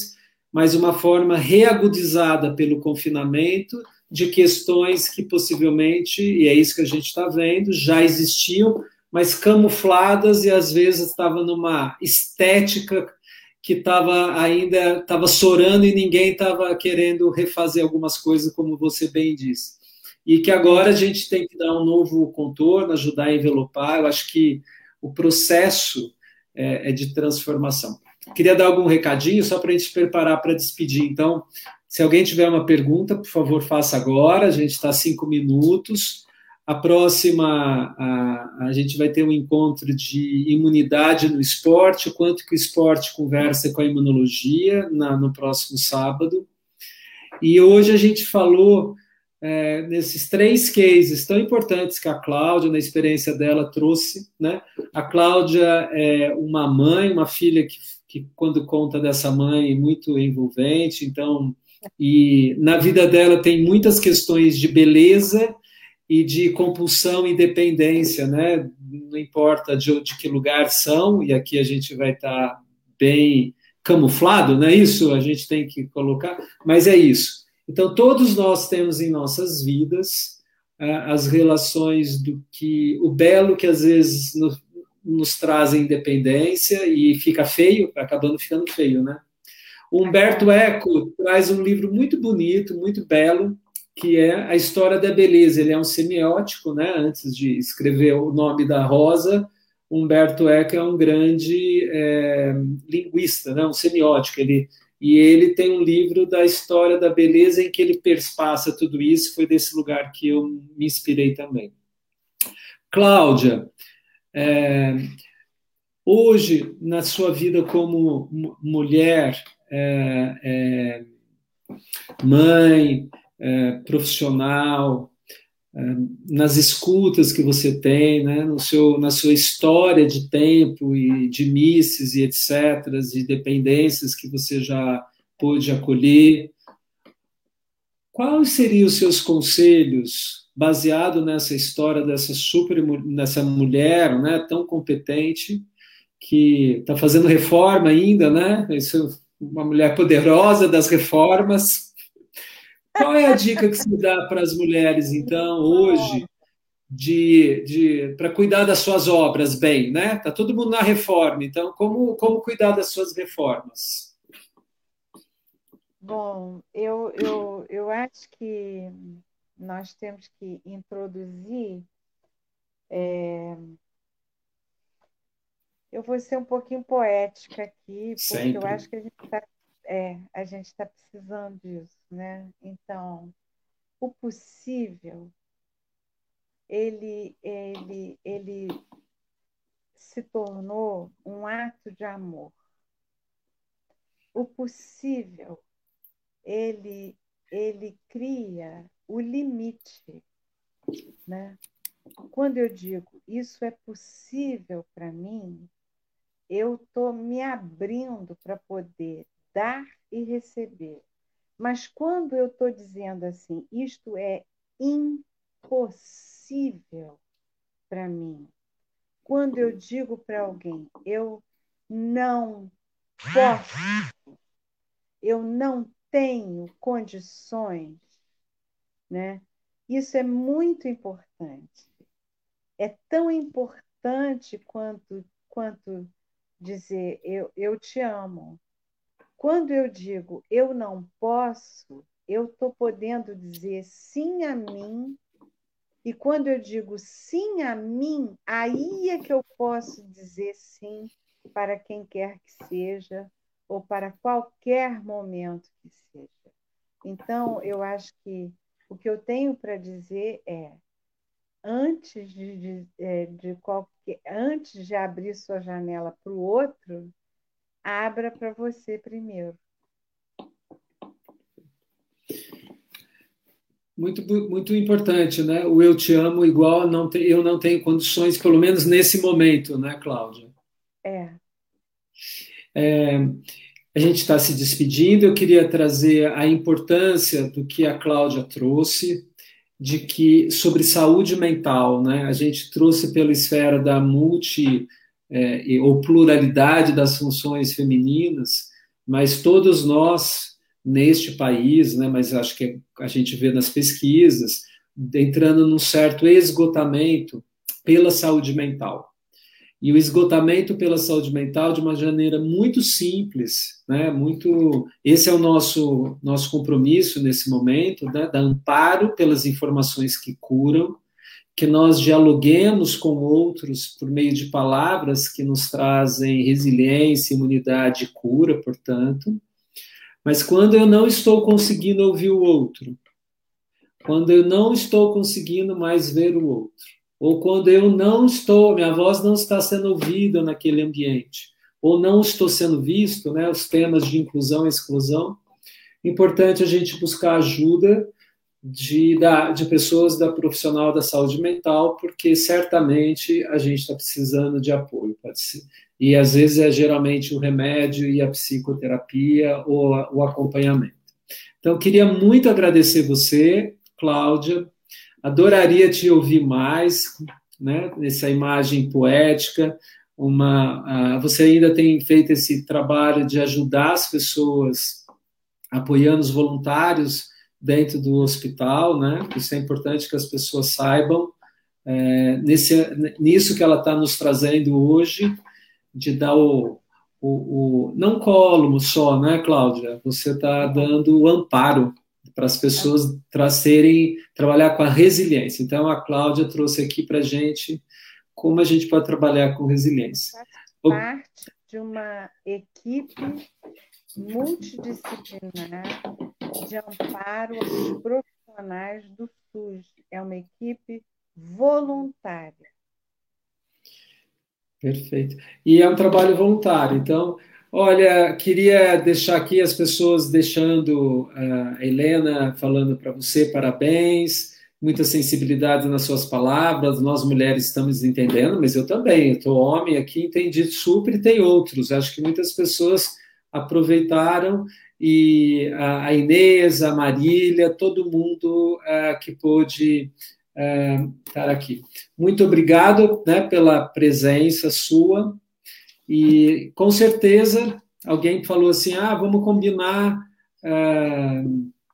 mas uma forma reagudizada pelo confinamento de questões que possivelmente, e é isso que a gente está vendo, já existiam, mas camufladas e às vezes estava numa estética que estava ainda estava sorando e ninguém estava querendo refazer algumas coisas, como você bem disse. E que agora a gente tem que dar um novo contorno, ajudar a envelopar. Eu acho que o processo é, é de transformação. Queria dar algum recadinho só para a gente se preparar para despedir. Então, se alguém tiver uma pergunta, por favor, faça agora. A gente está a cinco minutos. A próxima, a, a gente vai ter um encontro de imunidade no esporte, o quanto que o esporte conversa com a imunologia na, no próximo sábado. E hoje a gente falou é, nesses três cases tão importantes que a Cláudia, na experiência dela, trouxe, né? A Cláudia é uma mãe, uma filha que, que quando conta dessa mãe, muito envolvente, então, e na vida dela tem muitas questões de beleza e de compulsão e dependência, né? Não importa de, de que lugar são, e aqui a gente vai estar bem camuflado, não é isso? A gente tem que colocar, mas é isso. Então, todos nós temos em nossas vidas uh, as relações do que, o belo que às vezes nos, nos traz independência e fica feio, acabando ficando feio, né? O Humberto Eco traz um livro muito bonito, muito belo, que é A História da Beleza. Ele é um semiótico, né? Antes de escrever O Nome da Rosa, Humberto Eco é um grande é, linguista, né? Um semiótico. Ele, e ele tem um livro da história da beleza em que ele perspassa tudo isso. Foi desse lugar que eu me inspirei também. Cláudia, é, hoje, na sua vida como mulher, é, é, mãe, é, profissional, é, nas escutas que você tem, né, no seu, na sua história de tempo e de misses e etcétera, de dependências que você já pôde acolher, quais seriam os seus conselhos baseado nessa história dessa super, nessa mulher, né, tão competente, que está fazendo reforma ainda, né? Isso, uma mulher poderosa das reformas. Qual é a dica que você dá para as mulheres, então, hoje, de, de, para cuidar das suas obras bem, né? Está todo mundo na reforma, então, como, como cuidar das suas reformas? Bom, eu, eu, eu acho que nós temos que introduzir. É... Eu vou ser um pouquinho poética aqui, porque Sempre. eu acho que a gente está é, a gente está precisando disso, né? Então, o possível, ele, ele, ele se tornou um ato de amor. O possível, ele, ele cria o limite, né? Quando eu digo isso é possível para mim, eu estou me abrindo para poder dar e receber. Mas quando eu estou dizendo assim, isto é impossível para mim, quando eu digo para alguém, eu não posso, eu não tenho condições, né? Isso é muito importante. É tão importante quanto, quanto dizer eu, eu te amo. Quando eu digo eu não posso, eu estou podendo dizer sim a mim. E quando eu digo sim a mim, aí é que eu posso dizer sim para quem quer que seja, ou para qualquer momento que seja. Então, eu acho que o que eu tenho para dizer é, antes de, de, de qualquer, antes de abrir sua janela para o outro, abra para você primeiro. Muito, muito importante, né? O eu te amo igual não te, eu não tenho condições, pelo menos nesse momento, né, Cláudia? É. É, a gente está se despedindo, eu queria trazer a importância do que a Cláudia trouxe, de que sobre saúde mental, né? A gente trouxe pela esfera da multi é, ou pluralidade das funções femininas, mas todos nós, neste país, né, mas acho que a gente vê nas pesquisas, entrando num certo esgotamento pela saúde mental. E o esgotamento pela saúde mental de uma maneira muito simples, né? Muito, esse é o nosso nosso compromisso nesse momento, né? Da amparo pelas informações que curam, que nós dialoguemos com outros por meio de palavras que nos trazem resiliência, imunidade e cura, portanto. Mas quando eu não estou conseguindo ouvir o outro, quando eu não estou conseguindo mais ver o outro, ou quando eu não estou, minha voz não está sendo ouvida naquele ambiente, ou não estou sendo visto, né, os temas de inclusão e exclusão, é importante a gente buscar ajuda de, da, de pessoas da profissional da saúde mental, porque certamente a gente está precisando de apoio, pode ser. E às vezes é geralmente o remédio e a psicoterapia ou a, o acompanhamento. Então, eu queria muito agradecer você, Cláudia, adoraria te ouvir mais, né, nessa imagem poética. Uma, uh, você ainda tem feito esse trabalho de ajudar as pessoas, apoiando os voluntários dentro do hospital, né? Isso é importante que as pessoas saibam. É, nesse, nisso que ela está nos trazendo hoje, de dar o, o, o não colo só, né, Cláudia? Você está dando o amparo para as pessoas trazerem, trabalhar com a resiliência. Então, a Cláudia trouxe aqui para a gente como a gente pode trabalhar com resiliência. Faz parte de uma equipe multidisciplinar de amparo aos profissionais do SUS. É uma equipe voluntária. Perfeito. E é um trabalho voluntário. Então, olha, queria deixar aqui as pessoas deixando a Helena falando para você parabéns, muita sensibilidade nas suas palavras. Nós mulheres estamos entendendo, mas eu também, eu estou homem aqui, entendi super e tem outros. Acho que muitas pessoas aproveitaram e a, a Inês, a Marília, todo mundo uh, que pôde uh, estar aqui. Muito obrigado, né, pela presença sua e com certeza alguém falou assim, ah, vamos combinar, uh,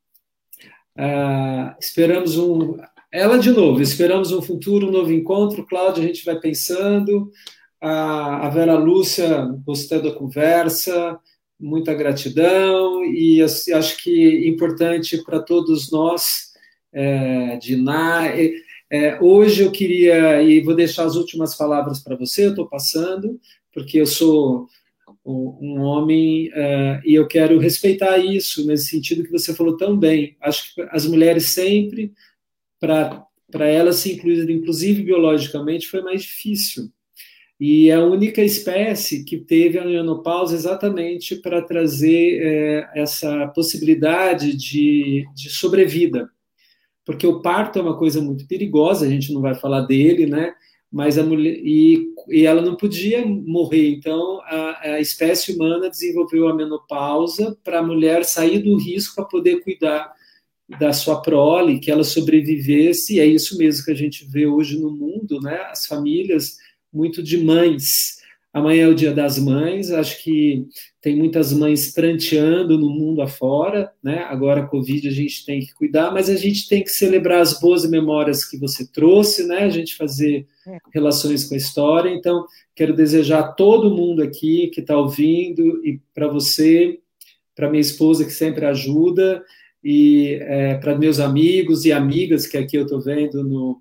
uh, esperamos um... Ela de novo, esperamos um futuro, um novo encontro. Cláudia, a gente vai pensando. A, a Vera Lúcia, gostei da conversa, muita gratidão, e assim, acho que é importante para todos nós, é, Diná. É, é, hoje eu queria, e vou deixar as últimas palavras para você, eu estou passando, porque eu sou um homem uh, e eu quero respeitar isso, nesse sentido que você falou tão bem. Acho que as mulheres sempre, para elas se incluírem, inclusive biologicamente, foi mais difícil. E é a única espécie que teve a menopausa exatamente para trazer é, essa possibilidade de, de sobrevida. Porque o parto é uma coisa muito perigosa, a gente não vai falar dele, né? Mas a mulher, e, e ela não podia morrer, então a, a espécie humana desenvolveu a menopausa para a mulher sair do risco para poder cuidar da sua prole, que ela sobrevivesse, e é isso mesmo que a gente vê hoje no mundo, né? As famílias muito de mães. Amanhã é o Dia das Mães, acho que tem muitas mães pranteando no mundo afora, né? Agora a Covid a gente tem que cuidar, mas a gente tem que celebrar as boas memórias que você trouxe, né? A gente fazer relações com a história. Então, quero desejar a todo mundo aqui que está ouvindo, e para você, para minha esposa que sempre ajuda, e é, para meus amigos e amigas que aqui eu estou vendo no,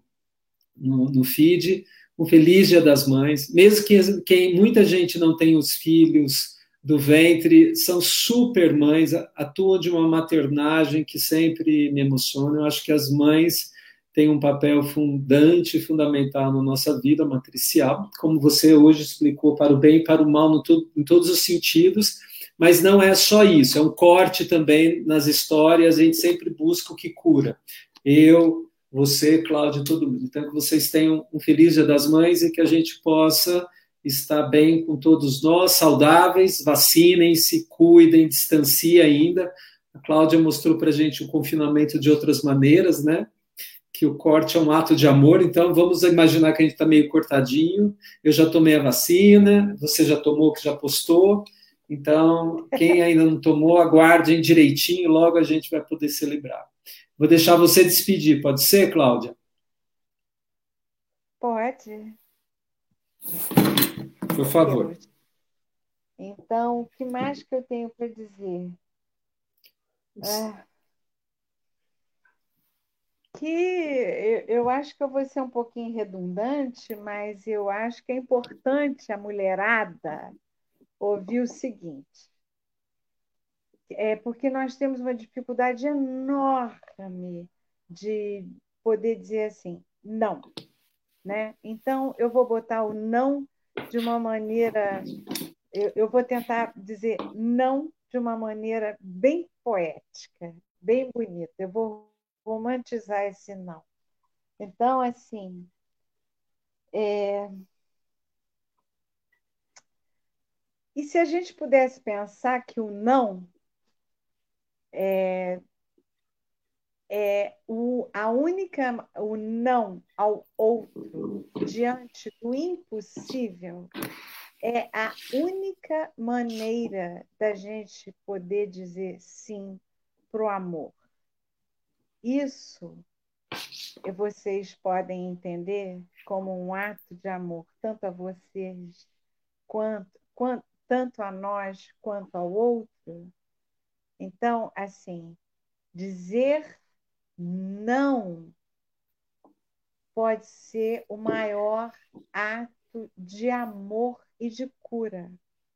no, no feed, um feliz Dia das Mães, mesmo que, que muita gente não tenha os filhos do ventre, são super mães, atuam de uma maternagem que sempre me emociona. Eu acho que as mães têm um papel fundante, fundamental na nossa vida matricial, como você hoje explicou, para o bem e para o mal, no to, em todos os sentidos, mas não é só isso, é um corte também nas histórias, a gente sempre busca o que cura. Eu... você, Cláudia, todo mundo. Então, que vocês tenham um feliz Dia das Mães e que a gente possa estar bem com todos nós, saudáveis, vacinem-se, cuidem, distanciem ainda. A Cláudia mostrou para a gente o confinamento de outras maneiras, né? Que o corte é um ato de amor, então vamos imaginar que a gente está meio cortadinho. Eu já tomei a vacina, você já tomou, que já postou, Então, quem ainda não tomou, aguardem direitinho, logo a gente vai poder celebrar. Vou deixar você despedir, pode ser, Cláudia? Pode, Por favor. Deus. Então, o que mais que eu tenho para dizer? Ah, que eu, eu acho que eu vou ser um pouquinho redundante, mas eu acho que é importante a mulherada ouvir o seguinte: é porque nós temos uma dificuldade enorme de poder dizer assim, não, né? Então, eu vou botar o não de uma maneira, eu, eu vou tentar dizer não de uma maneira bem poética, bem bonita. Eu vou romantizar esse não. Então, assim, é... e se a gente pudesse pensar que o não é, é o, a única, o não ao outro diante do impossível é a única maneira da gente poder dizer sim para o amor. Isso vocês podem entender como um ato de amor, tanto a vocês, quanto, quanto tanto a nós quanto ao outro. Então, assim, dizer não pode ser o maior ato de amor e de cura.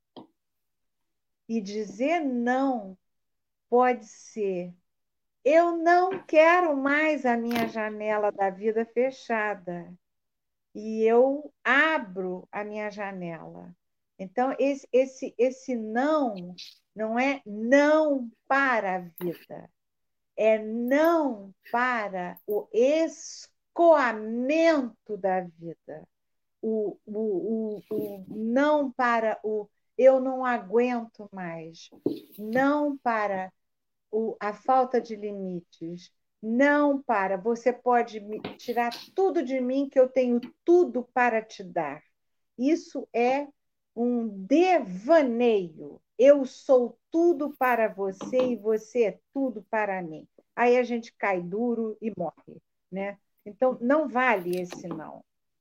E dizer não pode ser: eu não quero mais a minha janela da vida fechada. E eu abro a minha janela. Então, esse, esse, esse não não é não para a vida, é não para o escoamento da vida, o, o, o, o não para o eu não aguento mais, não para o, a falta de limites. Não para, você pode me tirar tudo de mim, que eu tenho tudo para te dar. Isso é um devaneio. Eu sou tudo para você e você é tudo para mim. Aí a gente cai duro e morre, né? Então, não vale esse não.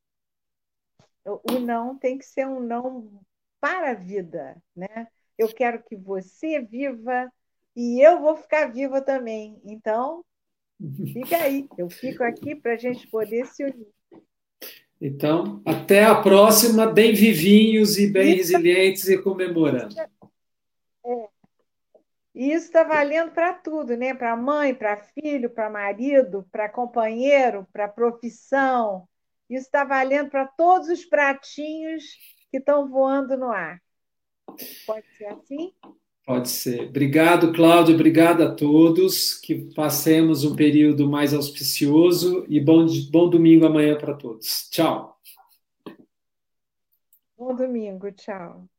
O não tem que ser um não para a vida, né? Eu quero que você viva e eu vou ficar viva também. Então, fica aí. Eu fico aqui para a gente poder se unir. Então, até a próxima, bem vivinhos e bem Isso, resilientes e isso, comemorando. é, isso está valendo para tudo, né? Para mãe, para filho, para marido, para companheiro, para profissão. Isso está valendo para todos os pratinhos que estão voando no ar. Pode ser assim? Pode ser. Obrigado, Cláudio. Obrigado a todos. Que passemos um período mais auspicioso e bom, bom domingo amanhã para todos. Tchau. Bom domingo, tchau.